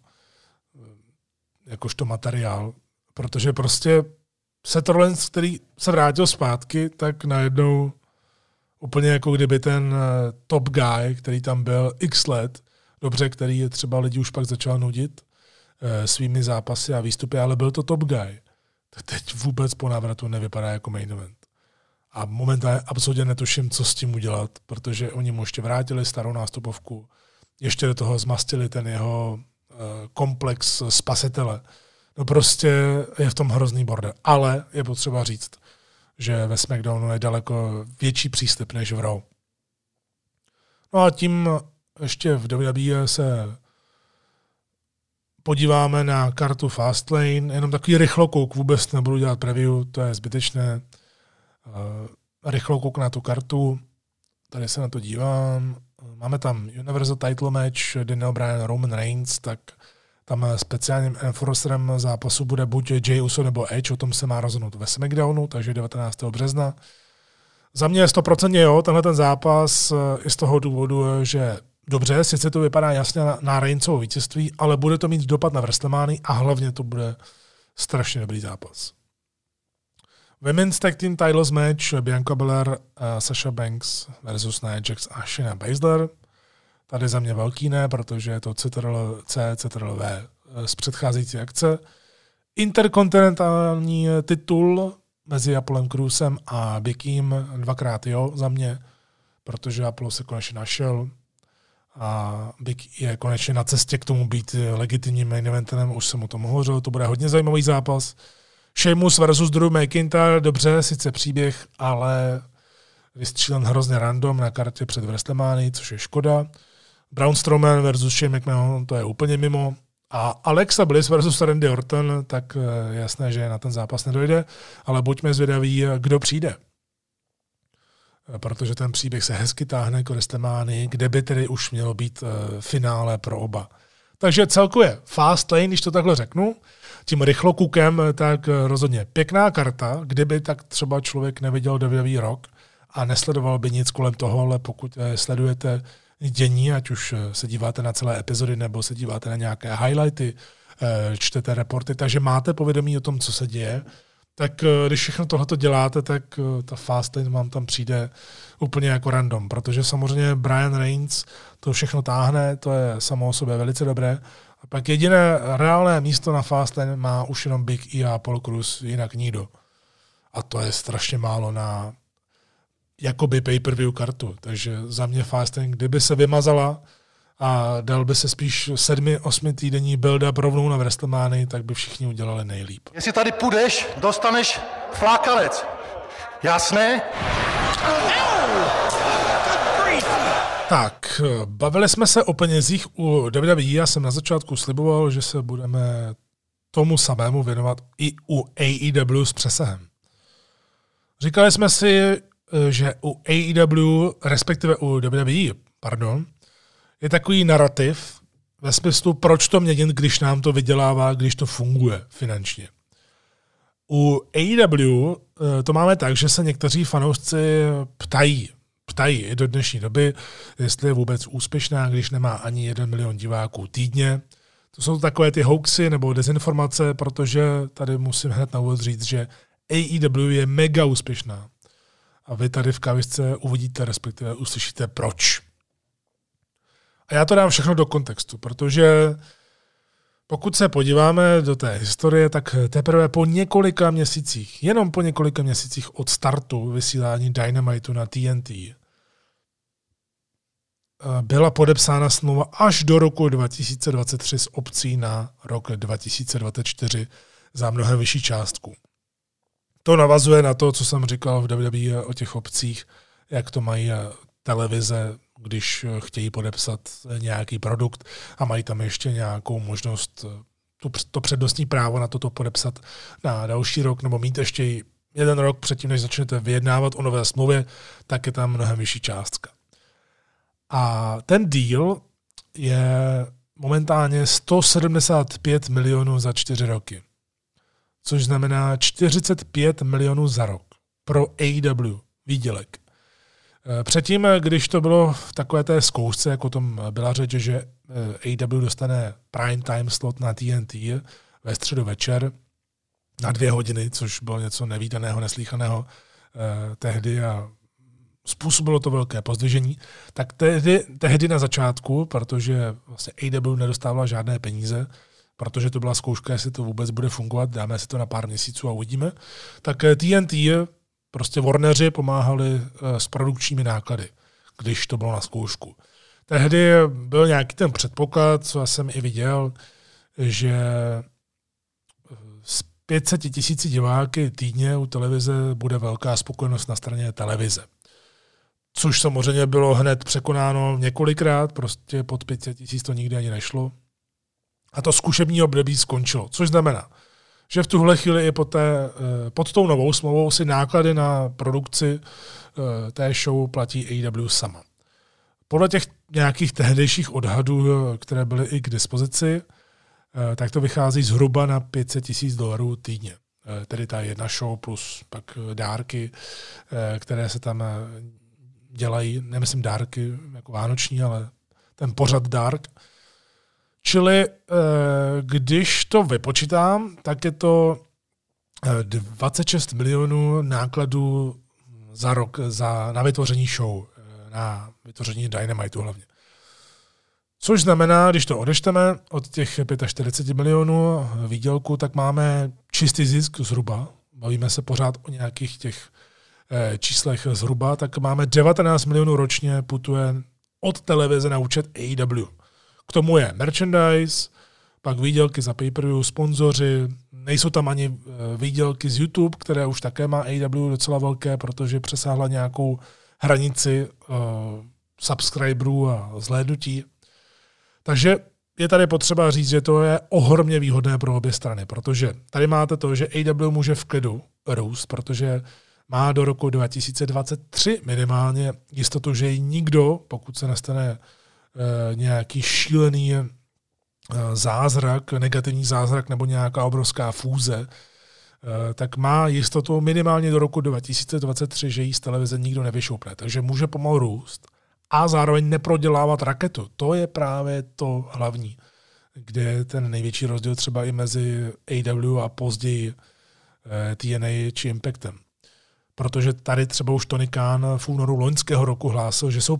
Speaker 1: jakožto materiál, protože prostě Seth Rollins, který se vrátil zpátky, tak najednou úplně jako kdyby ten top guy, který tam byl x let, dobře, který je třeba lidi už pak začal nudit svými zápasy a výstupy, ale byl to top guy. Tak teď vůbec po návratu nevypadá jako main event. A momentálně absolutně netuším, co s tím udělat, protože oni mu ještě vrátili starou nástupovku, ještě do toho zmastili ten jeho komplex spasitele. No prostě je v tom hrozný bordel. Ale je potřeba říct, že ve SmackDownu je daleko větší příslib než v Raw. No a tím ještě v WWE se podíváme na kartu Fastlane, jenom takový rychlokouk, vůbec nebudu dělat preview, to je zbytečné. Rychlokouk na tu kartu, tady se na to dívám. Máme tam Universal Title Match, Daniel Bryan, Roman Reigns, tak tam speciálním enforcerem zápasu bude buď Jey Uso nebo Edge, o tom se má rozhodnout ve SmackDownu, takže 19. března. Za mě 100% jo, tenhle ten zápas i z toho důvodu, že dobře, sice to vypadá jasně na Reignsovou vítězství, ale bude to mít dopad na WrestleManii a hlavně to bude strašně dobrý zápas. Women's Tag Team Titles Match, Bianca Belair, Sasha Banks versus Nia Jax a Shayna Baszler. Tady za mě velký ne, protože je to CTRL-C, CTRL-V z předcházející akce. Interkontinentální titul mezi Apollem Crewsem a Big Eem dvakrát jo za mě, protože Apollo se konečně našel a Big je konečně na cestě k tomu být legitimním main eventem, už jsem o tom hovořil, to bude hodně zajímavý zápas. Sheamus versus Drew McIntyre, dobře, sice příběh, ale vystřílen hrozně random na kartě před WrestleManii, což je škoda. Braun Strowman versus Shane McMahon, to je úplně mimo. A Alexa Bliss versus Randy Orton, tak je jasné, že na ten zápas nedojde, ale buďme zvědaví, kdo přijde. Protože ten příběh se hezky táhne k WrestleManii, kde by tedy už mělo být finále pro oba. Takže celkově Fastlane, když to takhle řeknu, tím rychlokukem, tak rozhodně pěkná karta, kdyby tak třeba člověk neviděl WWE rok a nesledoval by nic kolem toho, ale pokud sledujete dění, ať už se díváte na celé epizody nebo se díváte na nějaké highlighty, čtete reporty, takže máte povědomí o tom, co se děje, tak když všechno tohleto děláte, tak ta Fastlane vám tam přijde úplně jako random, protože samozřejmě Brian Reigns to všechno táhne, to je samo o sobě velice dobré. A pak jediné reálné místo na Fastlane má už jenom Big E a Apollo Crews, jinak nikdo. A to je strašně málo na jakoby pay-per-view kartu. Takže za mě Fastlane, kdyby se vymazala a dal by se spíš 7-8 týdenní build-up rovnou na WrestleManii, tak by všichni udělali nejlíp.
Speaker 3: Jestli tady půjdeš, dostaneš flákalec. Jasné?
Speaker 1: Tak, bavili jsme se o penězích u WWE. Já jsem na začátku sliboval, že se budeme tomu samému věnovat i u AEW s přesahem. Říkali jsme si, že u AEW, respektive u WWE, je takový narrativ ve smyslu, proč to měnit, když nám to vydělává, když to funguje finančně. U AEW to máme tak, že se někteří fanoušci ptají i do dnešní doby, jestli je vůbec úspěšná, když nemá ani 1 milion diváků týdně. To jsou takové ty hoaxy nebo dezinformace, protože tady musím hned na úvod říct, že AEW je mega úspěšná. A vy tady v kávisce uvidíte, respektive uslyšíte proč. A já to dám všechno do kontextu, protože pokud se podíváme do té historie, tak teprve po několika měsících, jenom po několika měsících od startu vysílání Dynamitu na TNT, byla podepsána smlouva až do roku 2023 s opcí na rok 2024 za mnohem vyšší částku. To navazuje na to, co jsem říkal v WWE o těch opcích, jak to mají televize, když chtějí podepsat nějaký produkt a mají tam ještě nějakou možnost, to přednostní právo na toto podepsat na další rok, nebo mít ještě 1 rok předtím, než začnete vyjednávat o nové smlouvě, tak je tam mnohem vyšší částka. A ten deal je momentálně 175 milionů za 4 roky, což znamená 45 milionů za rok pro AEW výdělek. Předtím, když to bylo v takové té zkoušce, jako tom byla řeč, že AEW dostane prime time slot na TNT ve středu večer na 2 hodiny, což bylo něco nevídaného, neslýchaného tehdy a způsobilo to velké pozdvižení, tak tehdy na začátku, protože vlastně AEW nedostávala žádné peníze, protože to byla zkouška, jestli to vůbec bude fungovat, dáme si to na pár měsíců a uvidíme, tak TNT, prostě Warneri pomáhali s produkčními náklady, když to bylo na zkoušku. Tehdy byl nějaký ten předpoklad, co jsem i viděl, že s 500 000 diváky týdně u televize bude velká spokojenost na straně televize. Což samozřejmě bylo hned překonáno několikrát, prostě pod 500 000 to nikdy ani nešlo. A to zkušební období skončilo, což znamená, že v tuhle chvíli i pod tou novou smlouvou si náklady na produkci té show platí AEW sama. Podle těch nějakých tehdejších odhadů, které byly i k dispozici, tak to vychází zhruba na $500 000 týdně. Tedy ta jedna show plus pak dárky, které se tam dělají, nemyslím dárky jako vánoční, ale ten pořad dárk. Čili když to vypočítám, tak je to 26 milionů nákladů za rok na vytvoření show, na vytvoření Dynamitu hlavně. Což znamená, když to odečteme od těch 45 milionů výdělku, tak máme čistý zisk zhruba, bavíme se pořád o nějakých těch číslech zhruba, tak máme 19 milionů ročně putuje od televize na účet AEW. K tomu je merchandise, pak výdělky za pay-per-view, sponzoři, nejsou tam ani výdělky z YouTube, které už také má AEW docela velké, protože přesáhla nějakou hranici subscriberů a zhlédnutí. Takže je tady potřeba říct, že to je ohromně výhodné pro obě strany, protože tady máte to, že AEW může v klidu růst, protože má do roku 2023 minimálně jistotu, že nikdo, pokud se nestane nějaký šílený zázrak, negativní zázrak nebo nějaká obrovská fúze, tak má jistotu minimálně do roku 2023, že jí z televize nikdo nevyšoupne. Takže může pomalu růst a zároveň neprodělávat raketu. To je právě to hlavní, kde je ten největší rozdíl třeba i mezi AEW a později TNA či Impactem. Protože tady třeba už Tony Khan v únoru loňského roku hlásil, že jsou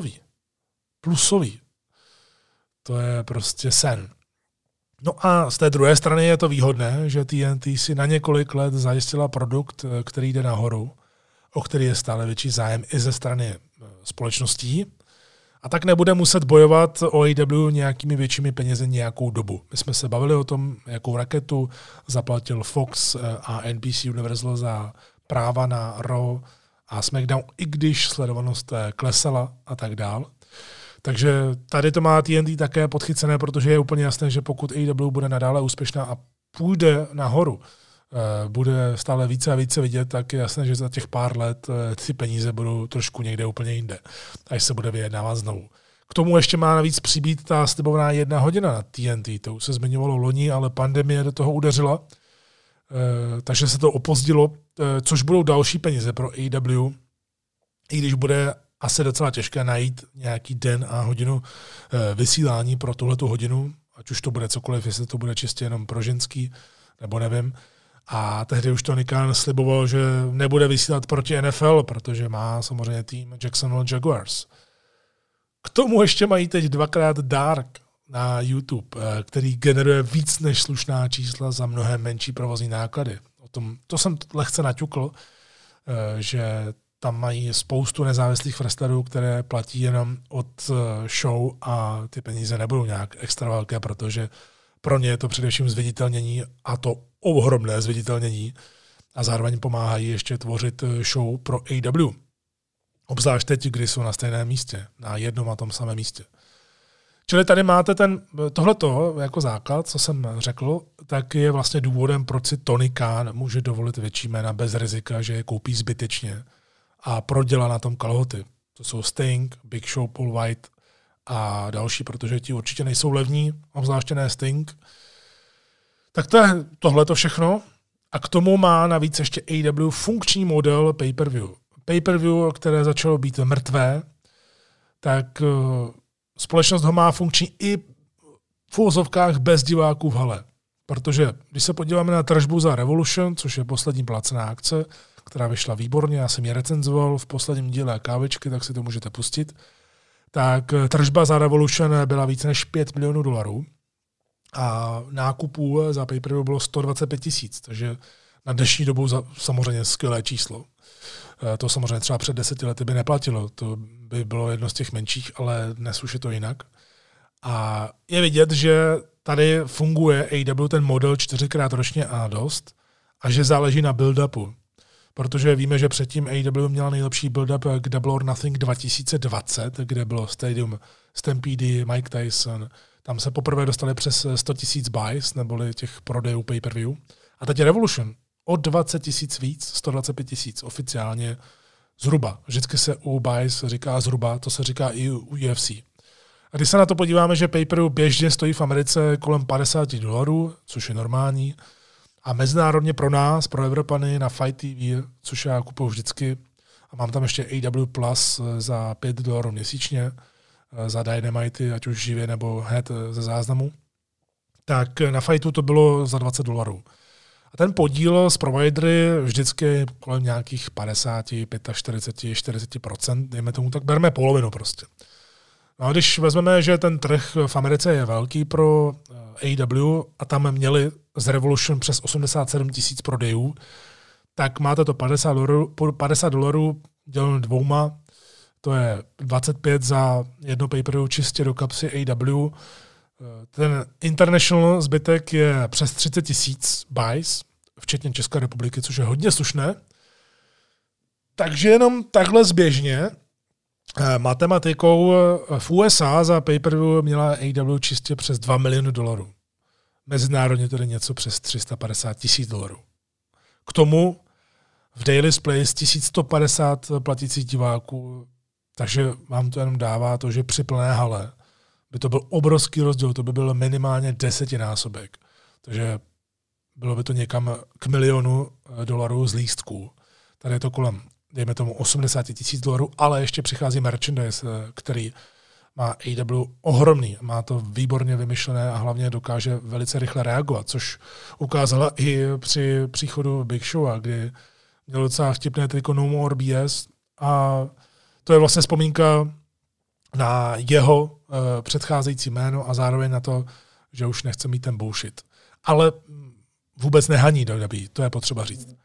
Speaker 1: plusoví. To je prostě sen. No a z té druhé strany je to výhodné, že TNT si na několik let zajistila produkt, který jde nahoru o který je stále větší zájem i ze strany společností. A tak nebude muset bojovat o AEW nějakými většími penězi nějakou dobu. My jsme se bavili o tom, jakou raketu zaplatil Fox a NBC Universal za práva na Raw a SmackDown, i když sledovanost klesala a tak dál. Takže tady to má TNT také podchycené, protože je úplně jasné, že pokud AEW bude nadále úspěšná a půjde nahoru, bude stále více a více vidět, tak je jasné, že za těch pár let ty peníze budou trošku někde úplně jinde, až se bude vyjednávat znovu. K tomu ještě má navíc přibýt ta slibovaná 1 hodina na TNT. To už se zmiňovalo loni, ale pandemie do toho udeřila, takže se to opozdilo, což budou další peníze pro AEW, i když bude asi docela těžké najít nějaký den a hodinu vysílání pro tuhletu hodinu, ať už to bude cokoliv, jestli to bude čistě jenom pro ženský, nebo nevím. A tehdy už Tony Khan sliboval, že nebude vysílat proti NFL, protože má samozřejmě tým Jacksonville Jaguars. K tomu ještě mají teď 2x Dark na YouTube, který generuje víc než slušná čísla za mnohem menší provozní náklady. To jsem lehce naťukl, že tam mají spoustu nezávislých wrestlerů, které platí jenom od show a ty peníze nebudou nějak extra velké, protože pro ně je to především zviditelnění a to ohromné zviditelnění a zároveň pomáhají ještě tvořit show pro AEW. Obzvlášť teď, kdy jsou na stejném místě, na jednom a tom samém místě. Čili tady máte tohleto jako základ, co jsem řekl, tak je vlastně důvodem, proč si Tony Khan může dovolit větší jména bez rizika, že je koupí zbytečně a prodělá na tom kalhoty. To jsou Sting, Big Show, Paul White a další, protože ti určitě nejsou levní, obzvláště ne Sting. Tak to je tohleto všechno. A k tomu má navíc ještě AEW funkční model pay-per-view. Pay-per-view, které začalo být mrtvé, tak společnost ho má funkční i v uvozovkách bez diváků v hale. Protože když se podíváme na tržbu za Revolution, což je poslední placená akce, která vyšla výborně, já jsem ji recenzoval v posledním díle Kávečky, tak si to můžete pustit, tak tržba za Revolution byla více než $5 milionů a nákupů za pay-per-view bylo 125 000, takže na dnešní dobu samozřejmě skvělé číslo. To samozřejmě třeba před 10 lety by neplatilo, to by bylo jedno z těch menších, ale dnes už je to jinak. A je vidět, že tady funguje AEW ten model 4x ročně a dost a že záleží na build-upu. Protože víme, že předtím AEW měla nejlepší build-up k Double or Nothing 2020, kde bylo Stadium Stampede, Mike Tyson. Tam se poprvé dostali přes 100 000 buys, neboli těch prodejů pay-per-view. A teď je Revolution. O 20 000 víc, 125 000 oficiálně zhruba. Vždycky se u buys říká zhruba, to se říká i u UFC. A když se na to podíváme, že pay-per-view běžně stojí v Americe kolem $50, což je normální, a mezinárodně pro nás, pro Evropany na Fight TV, což já kupuju vždycky, a mám tam ještě AEW Plus za $5 měsíčně, za Dynamite, ať už živě nebo hned ze záznamu, tak na Fightu to bylo za $20. A ten podíl z providery vždycky kolem nějakých 50, 45, 40%, dejme tomu, tak bereme polovinu prostě. No a když vezmeme, že ten trh v Americe je velký pro AEW a tam měli z Revolution přes 87 000 prodejů, tak máte to $50 děleno dvouma, to je 25 za jedno pay-per-view čistě do kapsy AEW. Ten international zbytek je přes 30 000 buys, včetně České republiky, což je hodně slušné. Takže jenom takhle zběžně matematikou v USA za pay-per-view měla AEW čistě přes $2 miliony. Mezinárodně tedy něco přes $350 000. K tomu v Daily's Place 1150 platících diváků, takže vám to jenom dává to, že při plné hale by to byl obrovský rozdíl, to by byl minimálně 10násobek. Takže bylo by to někam k $1 milionu z lístků. Tady je to kolem, dejme tomu, $80 000, ale ještě přichází merchandise, který má AEW ohromný. Má to výborně vymyšlené a hlavně dokáže velice rychle reagovat, což ukázala i při příchodu Big Showa, kdy měl docela vtipné triko No More BS a to je vlastně vzpomínka na jeho předcházející jméno a zároveň na to, že už nechce mít ten bullshit. Ale vůbec nehaní WWE, to je potřeba říct.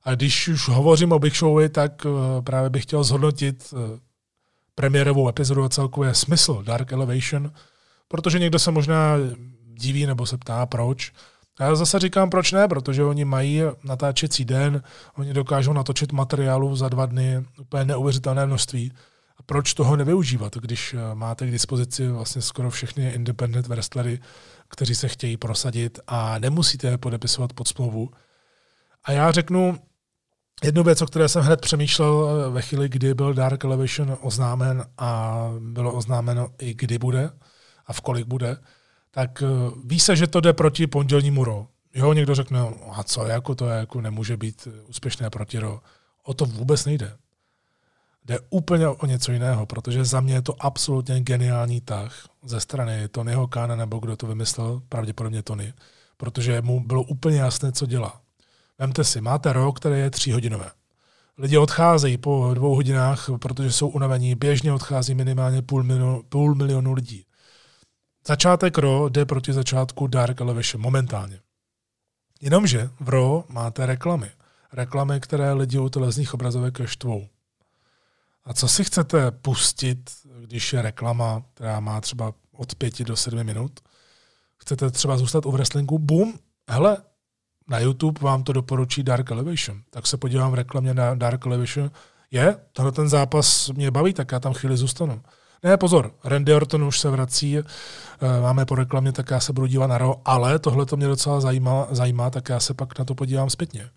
Speaker 1: A když už hovořím o Big Showovi, tak právě bych chtěl zhodnotit premiérovou epizodu a celkově smysl Dark Elevation, protože někdo se možná diví nebo se ptá, proč. A já zase říkám, proč ne, protože oni mají natáčecí den, oni dokážou natočit materiálu za 2 dny úplně neuvěřitelné množství. A proč toho nevyužívat, když máte k dispozici vlastně skoro všechny independent wrestlery, kteří se chtějí prosadit a nemusíte je podepisovat pod smlouvu. A já řeknu jednu věc, o které jsem hned přemýšlel ve chvíli, kdy byl Dark Elevation oznámen a bylo oznámeno i kdy bude a v kolik bude, tak ví se, že to jde proti pondělnímu Raw. Jo, někdo řekne, a co, jako to jako nemůže být úspěšné proti Raw. O to vůbec nejde. Jde úplně o něco jiného, protože za mě je to absolutně geniální tah ze strany Tonyho Khana, nebo kdo to vymyslel, pravděpodobně Tony, protože mu bylo úplně jasné, co dělá. Vemte si, máte Raw, které je 3hodinové. Lidi odcházejí po 2 hodinách, protože jsou unavení, běžně odchází minimálně půl milionu lidí. Začátek Raw jde proti začátku Dark Elevation momentálně. Jenomže v Raw máte reklamy. Reklamy, které lidi u televizních obrazovek štvou. A co si chcete pustit, když je reklama, která má třeba od 5 do 7 minut? Chcete třeba zůstat u wrestlingu? Boom, hele, na YouTube vám to doporučí Dark Elevation. Tak se podívám v reklamě na Dark Elevation. Tenhle ten zápas mě baví, tak já tam chvíli zůstanu. Ne, pozor, Randy Orton už se vrací, máme po reklamě, tak já se budu dívat na Raw, ale tohle to mě docela zajímá, tak já se pak na to podívám zpětně.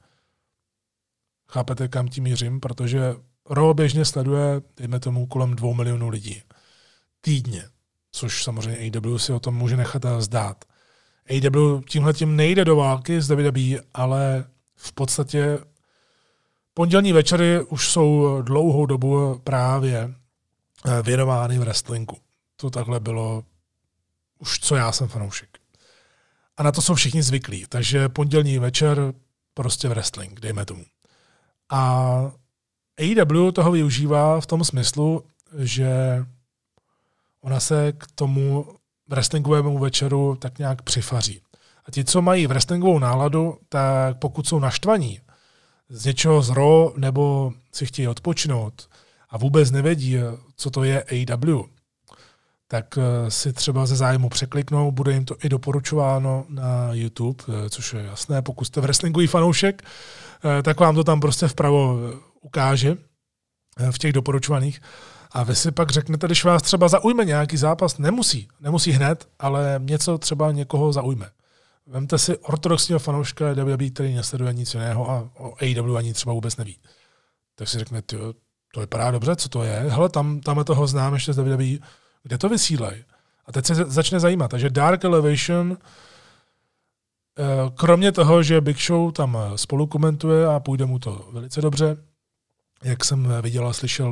Speaker 1: Chápete, kam tím mířím? Protože Raw běžně sleduje, dejme tomu, kolem 2 milionů lidí týdně, což samozřejmě AEW si o tom může nechat zdát. AEW tímhletím nejde do války s WWE, ale v podstatě pondělní večery už jsou dlouhou dobu právě věnovány v wrestlingu. To takhle bylo už, co já jsem fanoušek. A na to jsou všichni zvyklí, takže pondělní večer prostě wrestling, dejme tomu. A AEW toho využívá v tom smyslu, že ona se k tomu wrestlingovému večeru tak nějak přifaří. A ti, co mají wrestlingovou náladu, tak pokud jsou naštvaní z něčeho z Raw nebo si chtějí odpočinout a vůbec nevědí, co to je AEW, tak si třeba ze zájmu překliknou, bude jim to i doporučováno na YouTube, což je jasné, pokud jste wrestlingový fanoušek, tak vám to tam prostě vpravo ukáže v těch doporučovaných. A vy si pak řeknete, když vás třeba zaujme nějaký zápas, nemusí hned, ale něco třeba někoho zaujme. Vemte si ortodoxního fanouška WWE, který nesleduje nic jiného a o AEW ani třeba vůbec neví. Tak si řeknete, to vypadá dobře, co to je? Hele, tam toho znám ještě z WWE, kde to vysílají? A teď se začne zajímat. Takže Dark Elevation, kromě toho, že Big Show tam spolu komentuje a půjde mu to velice dobře, jak jsem viděl a slyšel,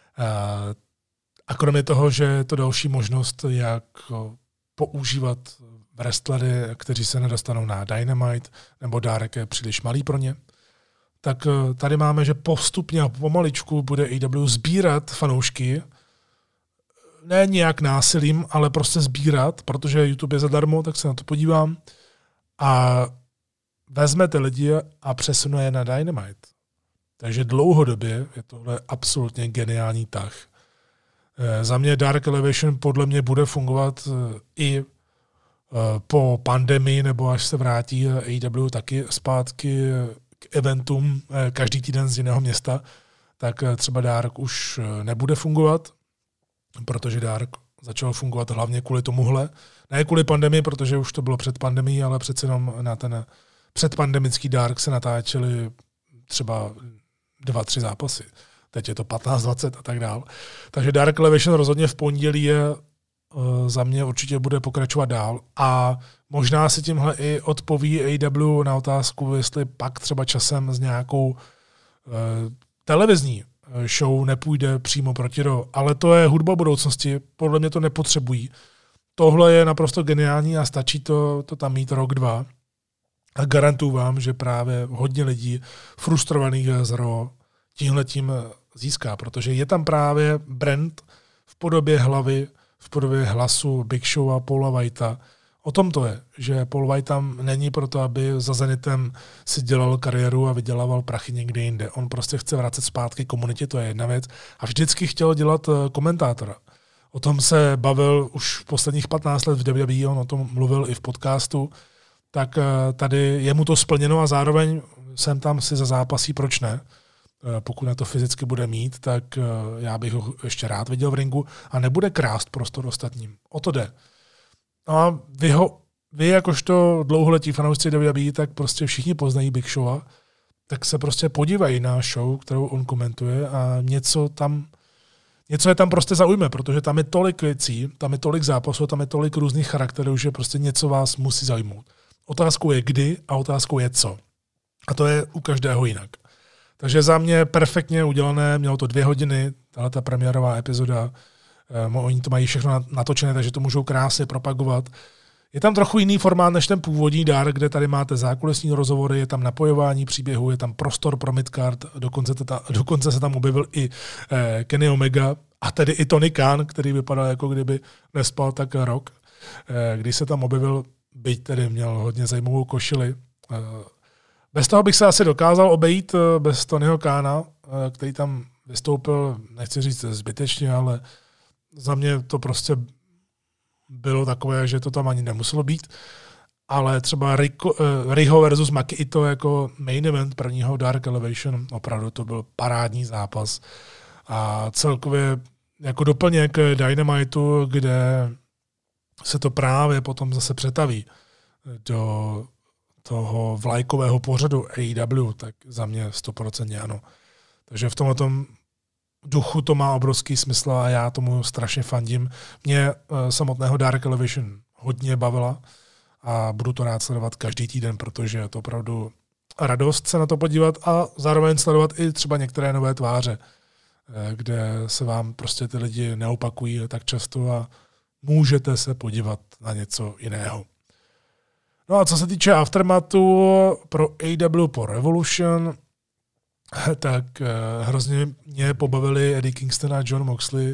Speaker 1: a kromě toho, že je to další možnost, jak používat wrestlery, kteří se nedostanou na Dynamite, nebo Dark je příliš malý pro ně, tak tady máme, že postupně a pomaličku bude AEW sbírat fanoušky, ne nějak násilím, ale prostě sbírat, protože YouTube je zadarmo, tak se na to podívám, a vezme ty lidi a přesune je na Dynamite. Takže dlouhodobě je tohle absolutně geniální tah. Za mě Dark Elevation podle mě bude fungovat i po pandemii, nebo až se vrátí AEW taky zpátky k eventům každý týden z jiného města, tak třeba Dark už nebude fungovat, protože Dark začal fungovat hlavně kvůli tomuhle. Ne kvůli pandemii, protože už to bylo před pandemií, ale přece jenom na ten předpandemický Dark se natáčeli třeba 2-3 zápasy. Teď je to 15-20 a tak dál. Takže Dark Elevation rozhodně v pondělí za mě určitě bude pokračovat dál a možná si tímhle i odpoví AEW na otázku, jestli pak třeba časem s nějakou televizní show nepůjde přímo proti Raw. Ale to je hudba budoucnosti, podle mě to nepotřebují. Tohle je naprosto geniální a stačí to tam mít rok, 2. A garantuju vám, že právě hodně lidí frustrovaných z Raw tímhletím získá, protože je tam právě brand v podobě hlavy, v podobě hlasu Big Show a Paula Whitea. O tom to je, že Paul White tam není proto, aby za Zenitem si dělal kariéru a vydělával prachy někde jinde. On prostě chce vracet zpátky komunitě, to je jedna věc. A vždycky chtěl dělat komentátora. O tom se bavil už v posledních 15 let v WWE, on o tom mluvil i v podcastu. Tak tady je mu to splněno a zároveň jsem tam si za zápasí, proč ne? Pokud na to fyzicky bude mít, tak já bych ho ještě rád viděl v ringu a nebude krást prostor ostatním. O to jde. A vy jakožto dlouholetí fanoušci WWE, tak prostě všichni poznají Big Showa, tak se prostě podívají na show, kterou on komentuje a něco je tam prostě zaujme, protože tam je tolik věcí, tam je tolik zápasů, tam je tolik různých charakterů, že prostě něco vás musí zaujmout. Otázkou je kdy a otázkou je co. A to je u každého jinak. Takže za mě perfektně udělané, mělo to 2 hodiny, tahle ta premiérová epizoda, oni to mají všechno natočené, takže to můžou krásně propagovat. Je tam trochu jiný formát než ten původní Dark, kde tady máte zákulisní rozhovory, je tam napojování příběhu, je tam prostor pro midcard, dokonce se tam objevil i Kenny Omega a tedy i Tony Khan, který vypadal jako kdyby nespal tak rok, když se tam objevil, byť tedy měl hodně zajímavou košili. Bez toho bych se asi dokázal obejít bez Tonyho Khana, který tam vystoupil, nechci říct zbytečně, ale za mě to prostě bylo takové, že to tam ani nemuselo být. Ale třeba Riho versus Maki Ito jako main event prvního Dark Elevation, opravdu to byl parádní zápas. A celkově jako doplněk Dynamitu, kde se to právě potom zase přetaví do toho vlajkového pořadu AEW, tak za mě 100% ano. Takže v tomhletom duchu to má obrovský smysl a já tomu strašně fandím. Mě samotného Dark Elevation hodně bavila a budu to rád sledovat každý týden, protože je to opravdu radost se na to podívat a zároveň sledovat i třeba některé nové tváře, kde se vám prostě ty lidi neopakují tak často a můžete se podívat na něco jiného. No a co se týče aftermathu pro AEW po Revolution, tak hrozně mě pobavili Eddie Kingston a Jon Moxley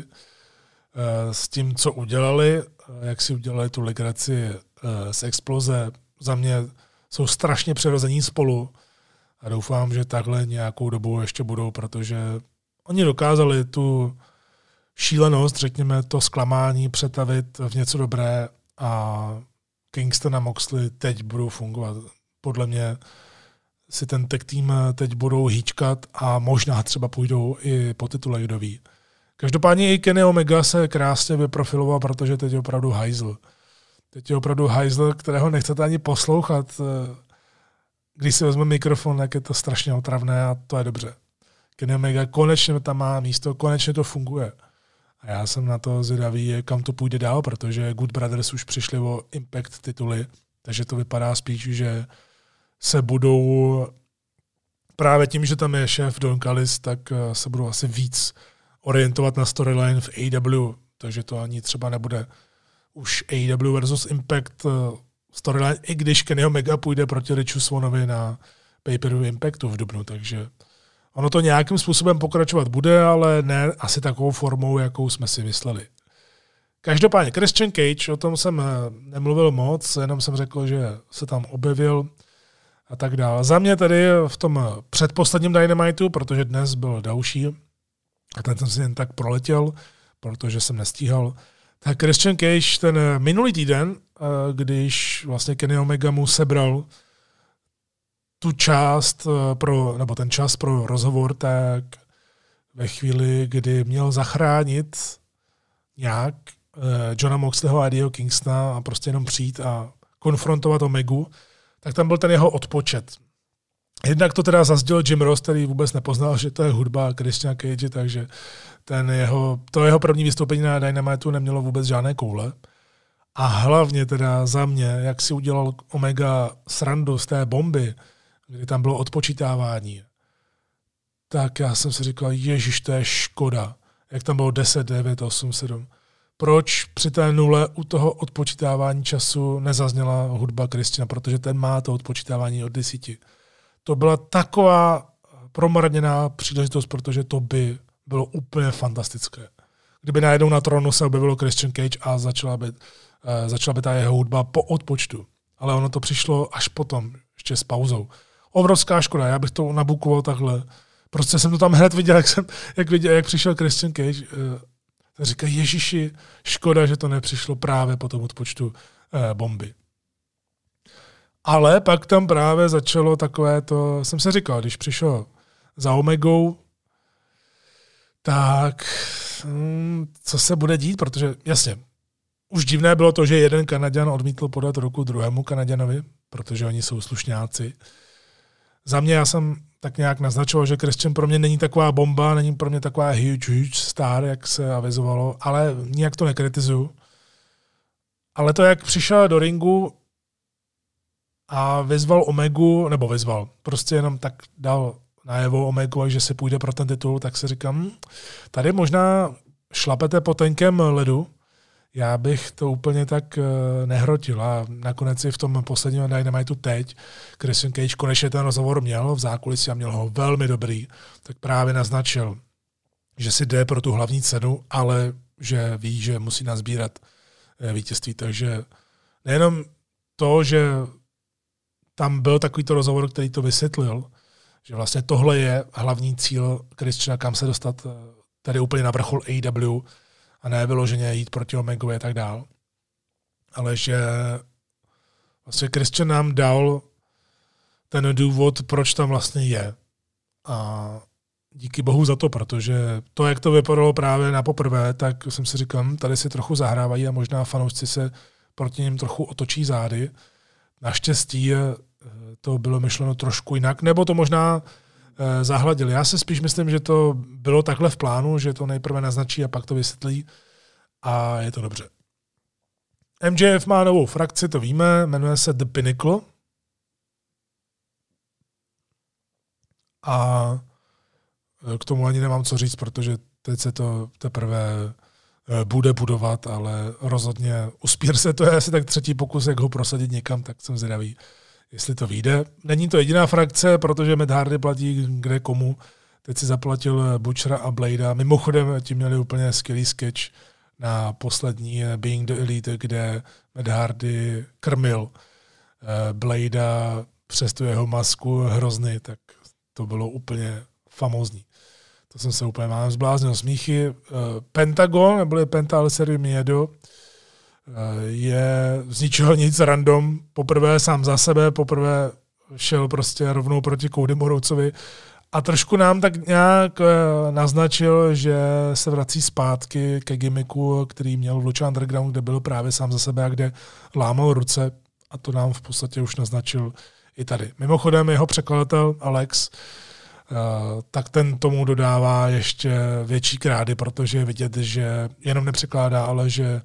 Speaker 1: s tím, co udělali, jak si udělali tu legraci z exploze. Za mě jsou strašně přirození spolu a doufám, že takhle nějakou dobu ještě budou, protože oni dokázali tu šílenost, řekněme, to zklamání přetavit v něco dobré a Kingston a Moxley teď budou fungovat. Podle mě si ten tag team teď budou hýčkat a možná třeba půjdou i po titule, kdo ví. Každopádně i Kenny Omega se krásně vyprofiloval, protože teď je opravdu hajzl. Teď je opravdu hajzl, kterého nechcete ani poslouchat. Když si vezme mikrofon, tak je to strašně otravné a to je dobře. Kenny Omega konečně tam má místo, konečně to funguje. A já jsem na to zvědavý, kam to půjde dál, protože Good Brothers už přišli o Impact tituly, takže to vypadá spíš, že se budou právě tím, že tam je šéf Don Callis, tak se budou asi víc orientovat na storyline v AEW, takže to ani třeba nebude už AEW versus Impact storyline, i když Kenny Omega půjde proti Richu Swanovi na pay-per-view Impactu v dubnu, takže ono to nějakým způsobem pokračovat bude, ale ne asi takovou formou, jakou jsme si mysleli. Každopádně Christian Cage, o tom jsem nemluvil moc, jenom jsem řekl, že se tam objevil a tak dále. Za mě tedy v tom předposledním Dynamitu, protože dnes byl další, a ten jsem si jen tak proletěl, protože jsem nestíhal, tak Christian Cage ten minulý týden, když vlastně Kenny Omega mu sebral tu část nebo ten čas pro rozhovor, tak ve chvíli, kdy měl zachránit nějak Johna Moxleyho a Eddieho Kingstona a prostě jenom přijít a konfrontovat Omegu, tak tam byl ten jeho odpočet. Jednak to teda zazděl Jim Ross, který vůbec nepoznal, že to je hudba Christiana Cage, takže to jeho první vystoupení na Dynamitu nemělo vůbec žádné koule. A hlavně teda za mě, jak si udělal Omega srandu z té bomby, kdy tam bylo odpočítávání, tak já jsem si říkal, ježiš, to je škoda. Jak tam bylo 10, 9, 8, 7. Proč při té nule u toho odpočítávání času nezazněla hudba Christiana, protože ten má to odpočítávání od 10. To byla taková promarněná příležitost, protože to by bylo úplně fantastické. Kdyby najednou na tronu se objevilo Christian Cage a začala být začala by ta jeho hudba po odpočtu. Ale ono to přišlo až potom, ještě s pauzou. Obrovská škoda, já bych to nabukoval takhle. Prostě jsem to tam hned viděl, jak přišel Christian Cage. Tak říká, ježiši, škoda, že to nepřišlo právě po tom odpočtu bomby. Ale pak tam právě začalo takové to, jsem se říkal, když přišel za Omegou, tak co se bude dít, protože jasně, už divné bylo to, že jeden Kanaďan odmítl podat ruku druhému Kanaďanovi, protože oni jsou slušňáci. Za mě já jsem tak nějak naznačoval, že Christian pro mě není taková bomba, není pro mě taková huge star, jak se avizovalo, ale nijak to nekritizuju. Ale to, jak přišel do ringu a vyzval Omegu, prostě jenom tak dal najevo Omegu, že si půjde pro ten titul, tak si říkám, tady možná šlapete po tenkém ledu, já bych to úplně tak nehrotil a nakonec i v tom posledním Dynamitu teď Christian Cage konečně ten rozhovor měl v zákulisí a měl ho velmi dobrý, tak právě naznačil, že si jde pro tu hlavní cenu, ale že ví, že musí nazbírat vítězství. Takže nejenom to, že tam byl takovýto rozhovor, který to vysvětlil, že vlastně tohle je hlavní cíl Christiana, kam se dostat tady úplně na vrchol AEW a ne vyloženě jít proti Omegovi a tak dál. Ale že vlastně Christian nám dal ten důvod, proč tam vlastně je. A díky bohu za to, protože to, jak to vypadalo právě na poprvé, tak jsem si říkal, tady si trochu zahrávají a možná fanoušci se proti ním trochu otočí zády. Naštěstí to bylo myšleno trošku jinak, nebo to možná zahladili. Já si spíš myslím, že to bylo takhle v plánu, že to nejprve naznačí a pak to vysvětlí a je to dobře. MJF má novou frakci, to víme, jmenuje se The Pinnacle a k tomu ani nemám co říct, protože teď se to teprve bude budovat, ale rozhodně u Spearse to je asi tak třetí pokus, jak ho prosadit někam, tak jsem zvědavý, jestli to vyjde. Není to jediná frakce, protože Matt Hardy platí kde komu. Teď si zaplatil Butchera a Bladea. Mimochodem ti měli úplně skvělý sketch na poslední Being the Elite, kde Matt Hardy krmil Bladea přes tu jeho masku hrozný, tak to bylo úplně famózní. To jsem se úplně mám zbláznil smíchy. Pentagon, neboli Penta El Serio Miedo, je z ničeho nic random. Poprvé sám za sebe, poprvé šel prostě rovnou proti Codymu Rhodesovi a trošku nám tak nějak naznačil, že se vrací zpátky ke gimmicku, který měl v Lucha Underground, kde byl právě sám za sebe a kde lámal ruce a to nám v podstatě už naznačil i tady. Mimochodem jeho překladatel Alex, tak ten tomu dodává ještě větší krády, protože je vidět, že jenom nepřekládá, ale že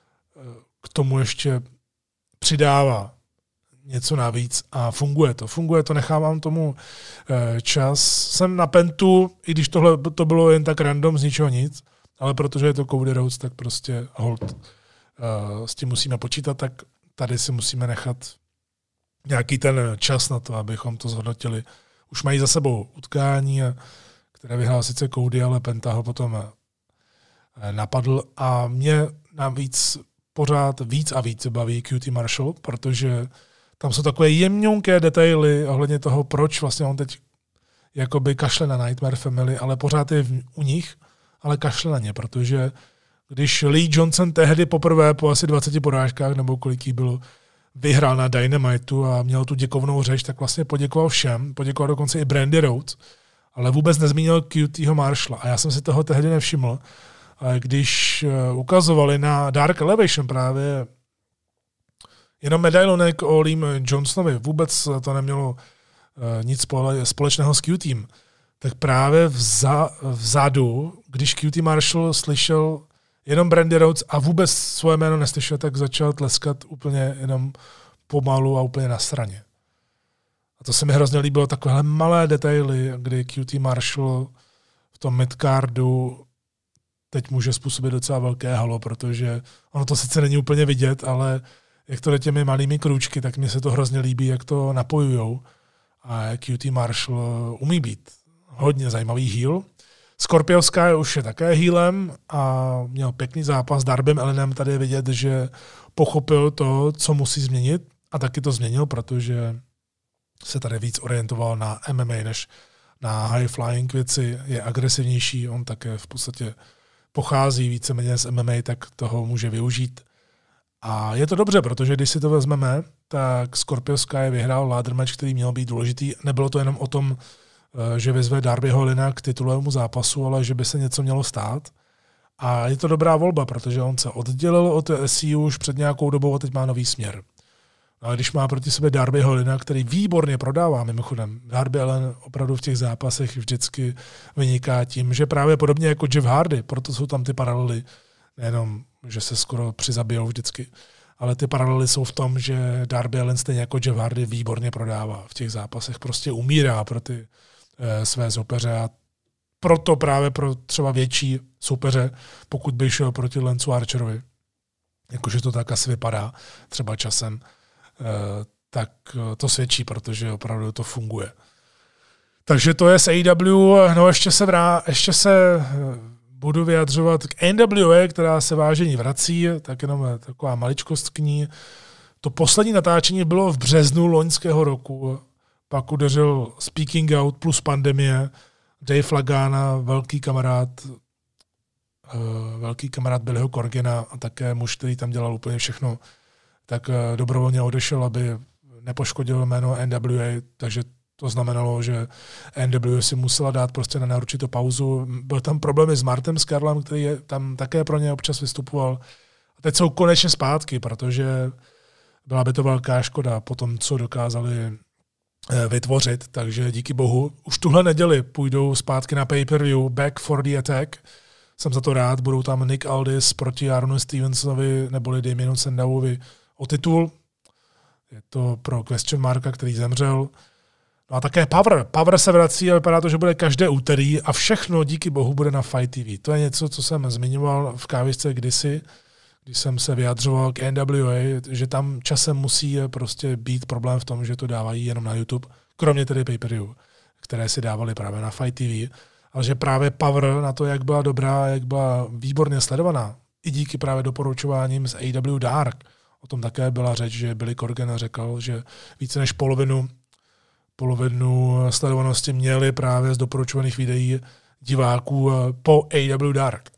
Speaker 1: k tomu ještě přidává něco navíc a funguje to, nechávám tomu čas. Jsem na Pentu, i když tohle to bylo jen tak random, z ničeho nic, ale protože je to Cody Rhodes, tak prostě hold s tím musíme počítat, tak tady si musíme nechat nějaký ten čas na to, abychom to zhodnotili. Už mají za sebou utkání, které vyhrál sice Cody, ale Penta ho potom napadl a mě navíc pořád víc a víc baví QT Marshall, protože tam jsou takové jemňonké detaily ohledně toho, proč vlastně on teď jakoby kašle na Nightmare Family, ale pořád je u nich, ale kašle na ně, protože když Lee Johnson tehdy poprvé po asi 20 porážkách, nebo kolik jí bylo, vyhrál na Dynamitu a měl tu děkovnou řeč, tak vlastně poděkoval všem, poděkoval dokonce i Brandy Rhodes, ale vůbec nezmínil QTho Marshalla. A já jsem si toho tehdy nevšiml, když ukazovali na Dark Elevation právě jenom medailonek o Liam Johnsonovi, vůbec to nemělo nic společného s QTem, tak právě vzadu, když QT Marshall slyšel jenom Brandy Rhodes a vůbec svoje jméno neslyšel, tak začal tleskat úplně jenom pomalu a úplně na straně. A to se mi hrozně líbilo, takové malé detaily, kdy QT Marshall v tom midcardu teď může způsobit docela velké halo, protože ono to sice není úplně vidět, ale jak to jde těmi malými krůčky, tak mně se to hrozně líbí, jak to napojujou. A QT Marshall umí být hodně zajímavý heel. Scorpio Sky už je také healem a měl pěkný zápas s Darbym Allinem. Tady je vidět, že pochopil to, co musí změnit a taky to změnil, protože se tady víc orientoval na MMA než na high flying věci, je agresivnější, on také v podstatě pochází víceméně z MMA, tak toho může využít. A je to dobře, protože když si to vezmeme, tak Scorpio Sky vyhrál ladder match, který měl být důležitý. Nebylo to jenom o tom, že vyzve Darbyho Allina k titulovému zápasu, ale že by se něco mělo stát. A je to dobrá volba, protože on se oddělil od SCU už před nějakou dobou a teď má nový směr. Ale když má proti sebe Darbyho Allina, který výborně prodává, mimochodem, Darby Allin opravdu v těch zápasech vždycky vyniká tím, že právě podobně jako Jeff Hardy, proto jsou tam ty paralely, nejenom, že se skoro přizabijou vždycky, ale ty paralely jsou v tom, že Darby Allin stejně jako Jeff Hardy výborně prodává v těch zápasech, prostě umírá pro ty své soupeře a proto právě pro třeba větší soupeře, pokud by šel proti Lancu Archerovi, jakože to tak asi vypadá třeba časem, tak to svědčí, protože opravdu to funguje. Takže to je z AEW. No ještě se budu vyjadřovat k NWA, která se vážení vrací, tak jenom taková maličkost k ní. To poslední natáčení bylo v březnu loňského roku, pak udeřil Speaking Out plus pandemie, Dave Lagana, velký kamarád Billyho Corgana a také muž, který tam dělal úplně všechno, tak dobrovolně odešel, aby nepoškodil jméno NWA, takže to znamenalo, že NWA si musela dát prostě na neurčitou pauzu. Byl tam problémy s Martem Scarlem, který tam také pro ně občas vystupoval. A teď jsou konečně zpátky, protože byla by to velká škoda po tom, co dokázali vytvořit, takže díky bohu. Už tuhle neděli půjdou zpátky na pay-per-view Back for the Attack. Jsem za to rád, budou tam Nick Aldis proti Arnu Stevensonovi neboli Damienu Sandauovi o titul. Je to pro Question Marka, který zemřel. No a také Power se vrací a vypadá to, že bude každé úterý a všechno díky bohu bude na Fight TV. To je něco, co jsem zmiňoval v kávisce kdysi, když jsem se vyjadřoval k NWA, že tam časem musí prostě být problém v tom, že to dávají jenom na YouTube, kromě tedy pay-per-view, které si dávali právě na Fight TV, ale že právě Power na to, jak byla dobrá, jak byla výborně sledovaná, i díky právě doporučováním z AEW Dark. O tom také byla řeč, že Billy Corgan řekl, že více než polovinu sledovanosti měli právě z doporučovaných videí diváků po AEW Dark.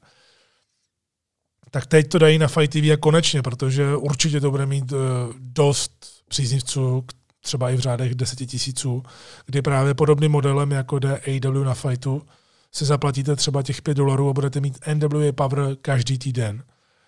Speaker 1: Tak teď to dají na Fight TV a konečně, protože určitě to bude mít dost příznivců, třeba i v řádech 10 000, kdy právě podobným modelem, jako jde AEW na Fightu, si zaplatíte třeba těch $5 a budete mít NWA Power každý týden.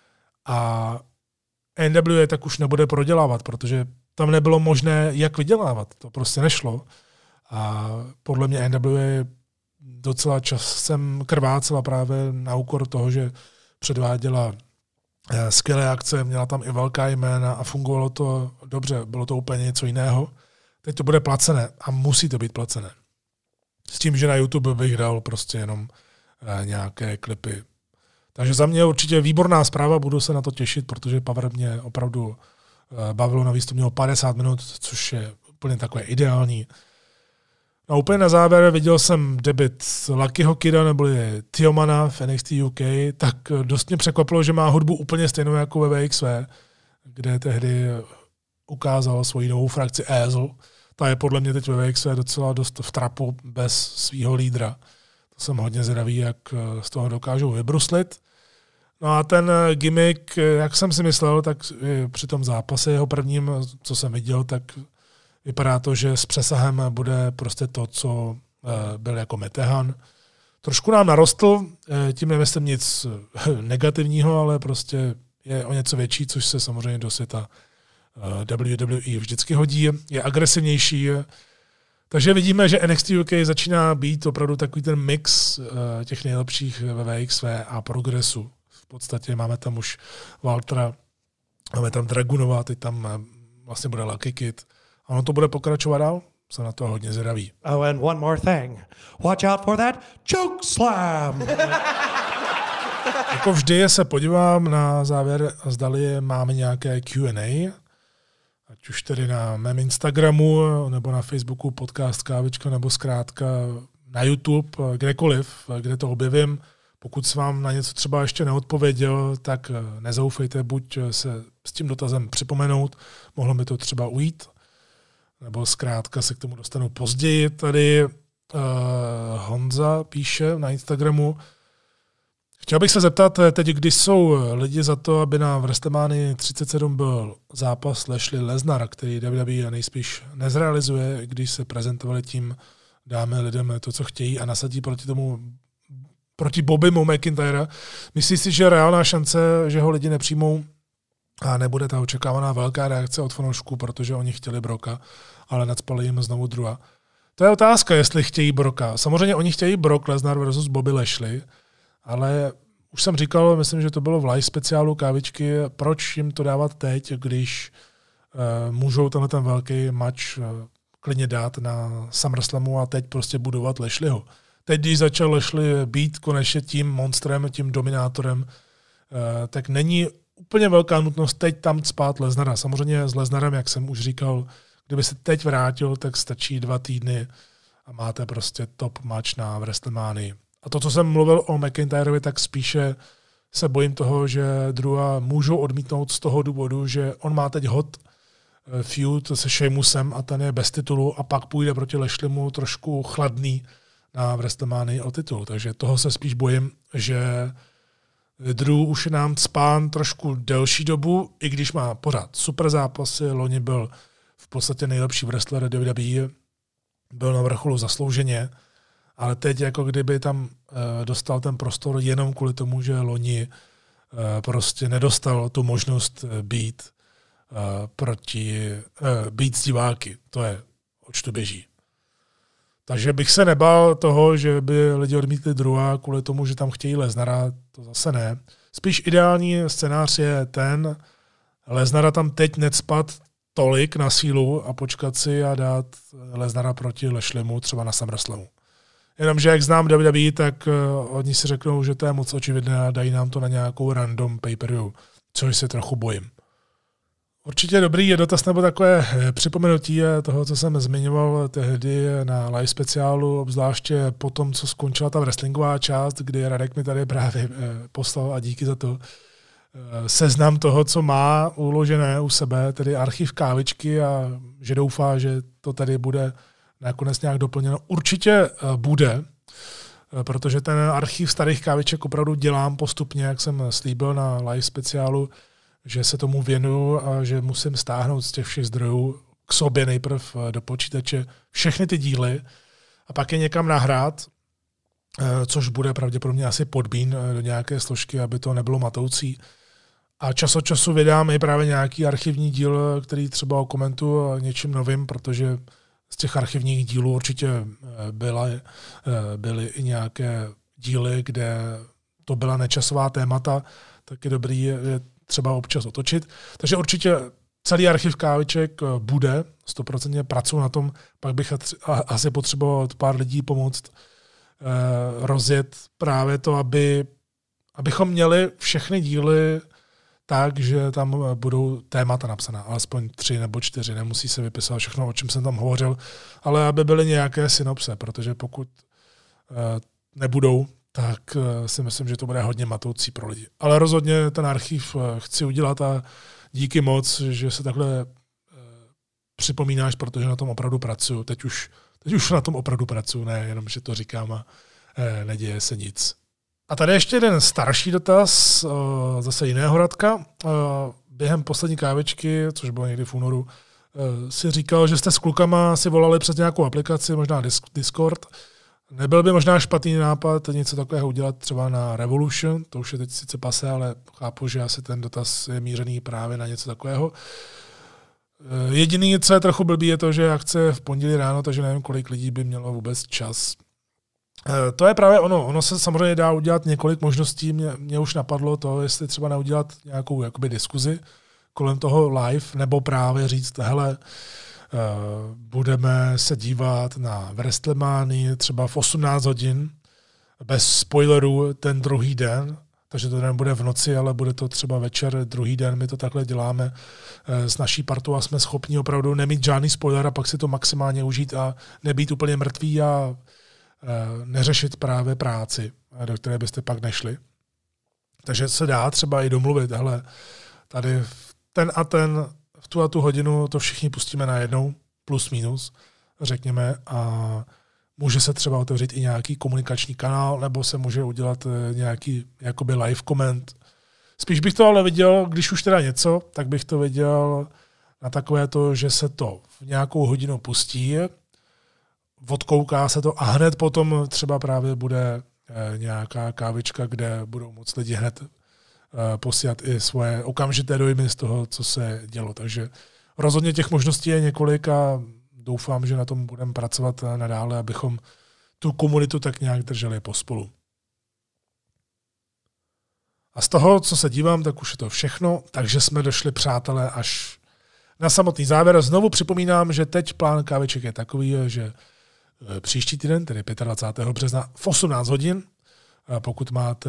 Speaker 1: A NWA tak už nebude prodělávat, protože tam nebylo možné, jak vydělávat. To prostě nešlo. A podle mě NWA docela časem krvácela právě na úkor toho, že předváděla skvělé akce, měla tam i velká jména a fungovalo to dobře. Bylo to úplně něco jiného. Teď to bude placené a musí to být placené. S tím, že na YouTube bych dal prostě jenom nějaké klipy. Takže za mě určitě výborná zpráva, budu se na to těšit, protože Power mě opravdu bavilo, navíc to mělo 50 minut, což je úplně takové ideální. A úplně na závěr viděl jsem debut Luckyho Kida neboli Tiomana v NXT UK, tak dost mě překvapilo, že má hudbu úplně stejnou jako ve VXV, kde tehdy ukázal svoji novou frakci Ezel. Ta je podle mě teď ve VXV docela dost v trapu bez svého lídra. To jsem hodně zvědavý, jak z toho dokážou vybruslit. No a ten gimmick, jak jsem si myslel, tak při tom zápase jeho prvním, co jsem viděl, tak vypadá to, že s přesahem bude prostě to, co byl jako Metehan. Trošku nám narostl, tím nemyslím nic negativního, ale prostě je o něco větší, což se samozřejmě do světa WWE vždycky hodí. Je agresivnější, takže vidíme, že NXT UK začíná být opravdu takový ten mix těch nejlepších ve VXV a Progressu. V podstatě máme tam už Waltera, máme tam Dragunova, teď tam vlastně bude Lucky Kid. A ono to bude pokračovat dál? Jsem na to hodně zvědavý.
Speaker 4: Oh, and one more thing. Watch out for that choke slam!
Speaker 1: Jako vždy se podívám na závěr, zdali máme nějaké Q&A, ať už tedy na mém Instagramu, nebo na Facebooku podcast Kávička, nebo zkrátka na YouTube, kdekoliv, kde to objevím. Pokud jsem vám na něco třeba ještě neodpověděl, tak nezoufejte, buď se s tím dotazem připomenout, mohlo mi to třeba ujít, nebo zkrátka se k tomu dostanu později. Tady Honza píše na Instagramu, chtěl bych se zeptat teď, když jsou lidi za to, aby na WrestleMania 37 byl zápas Lashley-Lesnar, který WWE nejspíš nezrealizuje, když se prezentovali tím, dáme lidem to, co chtějí a nasadí proti Bobbymu McIntyra. Myslíš si, že je reálná šance, že ho lidi nepřijmou a nebude ta očekávaná velká reakce od fanoušků, protože oni chtěli Brocka, ale nacpali jim znovu Drewa. To je otázka, jestli chtějí Brocka. Samozřejmě oni chtějí Brock Lesnar versus Bobby Lashley, ale už jsem říkal, myslím, že to bylo v live speciálu Kávičky, proč jim to dávat teď, když můžou tenhle ten velký match klidně dát na SummerSlamu a teď prostě budovat Lashleyho. Teď, když začal Lashley být konečně tím monstrem, tím dominátorem, tak není úplně velká nutnost teď tam cpát Lesnara. Samozřejmě s Lesnarem, jak jsem už říkal, kdyby se teď vrátil, tak stačí 2 týdny a máte prostě top match na WrestleMania. A to, co jsem mluvil o McIntyrovi, tak spíše se bojím toho, že Drewa můžou odmítnout z toho důvodu, že on má teď hot feud se Sheamusem a ten je bez titulu a pak půjde proti Lashleymu trošku chladný na WrestleMania o titul. Takže toho se spíš bojím, že Drew už je nám cpán trošku delší dobu, i když má pořád super zápasy. Loni byl v podstatě nejlepší wrestler WWE, byl na vrcholu zaslouženě, ale teď jako kdyby tam dostal ten prostor jenom kvůli tomu, že loni prostě nedostal tu možnost být být s diváky. To je, oč to běží. Takže bych se nebál toho, že by lidi odmítli Drewa kvůli tomu, že tam chtějí Lesnara, to zase ne. Spíš ideální scénář je ten, Lesnara tam teď necpat tolik na sílu a počkat si a dát Lesnara proti Lashleymu třeba na SummerSlamu. Jenomže jak znám WWE, tak oni si řeknou, že to je moc očividné a dají nám to na nějakou random pay-per-view, což se trochu bojím. Určitě dobrý je dotaz nebo takové připomenutí toho, co jsem zmiňoval tehdy na live speciálu, obzvláště po tom, co skončila ta wrestlingová část, kdy Radek mi tady právě poslal a díky za to seznam toho, co má uložené u sebe, tedy archiv Kávičky a že doufá, že to tady bude nakonec nějak doplněno. Určitě bude, protože ten archiv starých Káviček opravdu dělám postupně, jak jsem slíbil na live speciálu, že se tomu věnuju a že musím stáhnout z těch všech zdrojů k sobě nejprv do počítače všechny ty díly a pak je někam nahrát, což bude pravděpodobně asi podbín do nějaké složky, aby to nebylo matoucí. A čas od času vydám i právě nějaký archivní díl, který třeba okomentuju něčím novým, protože z těch archivních dílů určitě byly i nějaké díly, kde to byla nečasová témata, tak je dobrý je třeba občas otočit. Takže určitě celý archiv Káviček bude, 100% pracuji na tom, pak bych asi potřeboval od pár lidí pomoct rozjet právě to, abychom měli všechny díly tak, že tam budou témata napsaná, alespoň 3 nebo 4, nemusí se vypisovat všechno, o čem jsem tam hovořil, ale aby byly nějaké synopse, protože pokud nebudou, tak si myslím, že to bude hodně matoucí pro lidi. Ale rozhodně ten archiv chci udělat a díky moc, že se takhle připomínáš, protože na tom opravdu pracuju. Teď už na tom opravdu pracuju, ne jenom, že to říkám a neděje se nic. A tady ještě jeden starší dotaz, zase jiného Radka. Během poslední Kávičky, což bylo někdy v únoru, si říkal, že jste s klukama si volali přes nějakou aplikaci, možná Discord. Nebyl by možná špatný nápad něco takového udělat třeba na Revolution, to už je teď sice pase, ale chápu, že asi ten dotaz je mířený právě na něco takového. Jediný, co je trochu blbý, je to, že akce je v pondělí ráno, takže nevím, kolik lidí by mělo vůbec čas. To je právě ono. Ono se samozřejmě dá udělat několik možností. Mě už napadlo to, jestli třeba neudělat nějakou jakoby diskuzi kolem toho live, nebo právě říct, hele, budeme se dívat na WrestleMania třeba v 18 hodin, bez spoilerů ten druhý den, takže to nebude v noci, ale bude to třeba večer, druhý den, my to takhle děláme s naší partou a jsme schopni opravdu nemít žádný spoiler a pak si to maximálně užít a nebýt úplně mrtví a neřešit právě práci, do které byste pak nešli. Takže se dá třeba i domluvit, hele, tady ten a ten, v tu a tu hodinu to všichni pustíme najednou, plus minus, řekněme, a může se třeba otevřít i nějaký komunikační kanál, nebo se může udělat nějaký jakoby live koment. Spíš bych to ale viděl, když už teda něco, tak bych to viděl na takové to, že se to v nějakou hodinu pustí, odkouká se to a hned potom třeba právě bude nějaká kávička, kde budou moc lidi hned posílat i svoje okamžité dojmy z toho, co se dělo. Takže rozhodně těch možností je několik a doufám, že na tom budeme pracovat nadále, abychom tu komunitu tak nějak drželi pospolu. A z toho, co se dívám, tak už je to všechno, takže jsme došli, přátelé, až na samotný závěr. Znovu připomínám, že teď plán káveček je takový, že příští týden, tedy 25. března v 18 hodin, pokud máte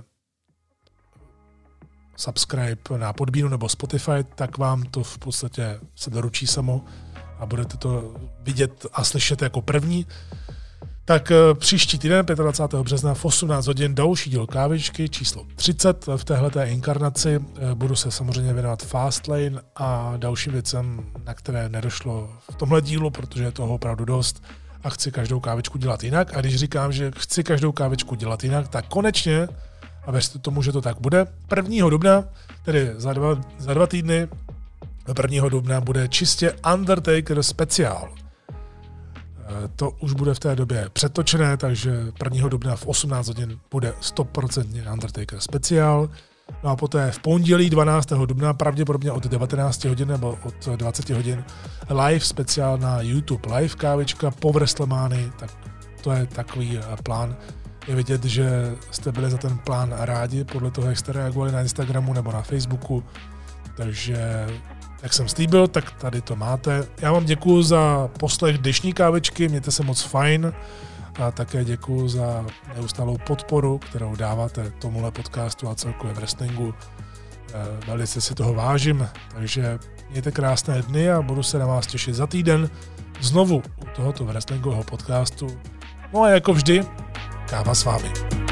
Speaker 1: subscribe na Podbeanu nebo Spotify, tak vám to v podstatě se doručí samo a budete to vidět a slyšet jako první. Tak příští týden, 25. března v 18 hodin, další díl kávičky, číslo 30 v téhleté inkarnaci. Budu se samozřejmě věnovat Fastlane a dalším věcem, na které nedošlo v tomhle dílu, protože je toho opravdu dost a chci každou kávičku dělat jinak. A když říkám, že chci každou kávičku dělat jinak, tak konečně, a věřte tomu, že to tak bude, 1. dubna, tedy za dva týdny, 1. dubna bude čistě Undertaker speciál. To už bude v té době přetočené, takže 1. dubna v 18 hodin bude 100% Undertaker speciál. No a poté v pondělí 12. dubna, pravděpodobně od 19 hodin nebo od 20 hodin, live speciál na YouTube. Live kávička po WrestleManii, tak to je takový plán. Je vidět, že jste byli za ten plán rádi, podle toho, jak jste reagovali na Instagramu nebo na Facebooku. Takže jak jsem slíbil, tak tady to máte. Já vám děkuju za poslech dnešní kávičky, mějte se moc fajn a také děkuju za neustálou podporu, kterou dáváte tomuhle podcastu a celkově v wrestlingu. Velice si toho vážím, takže mějte krásné dny a budu se na vás těšit za týden znovu u tohoto wrestlingového podcastu. No a jako vždy, káva s vámi.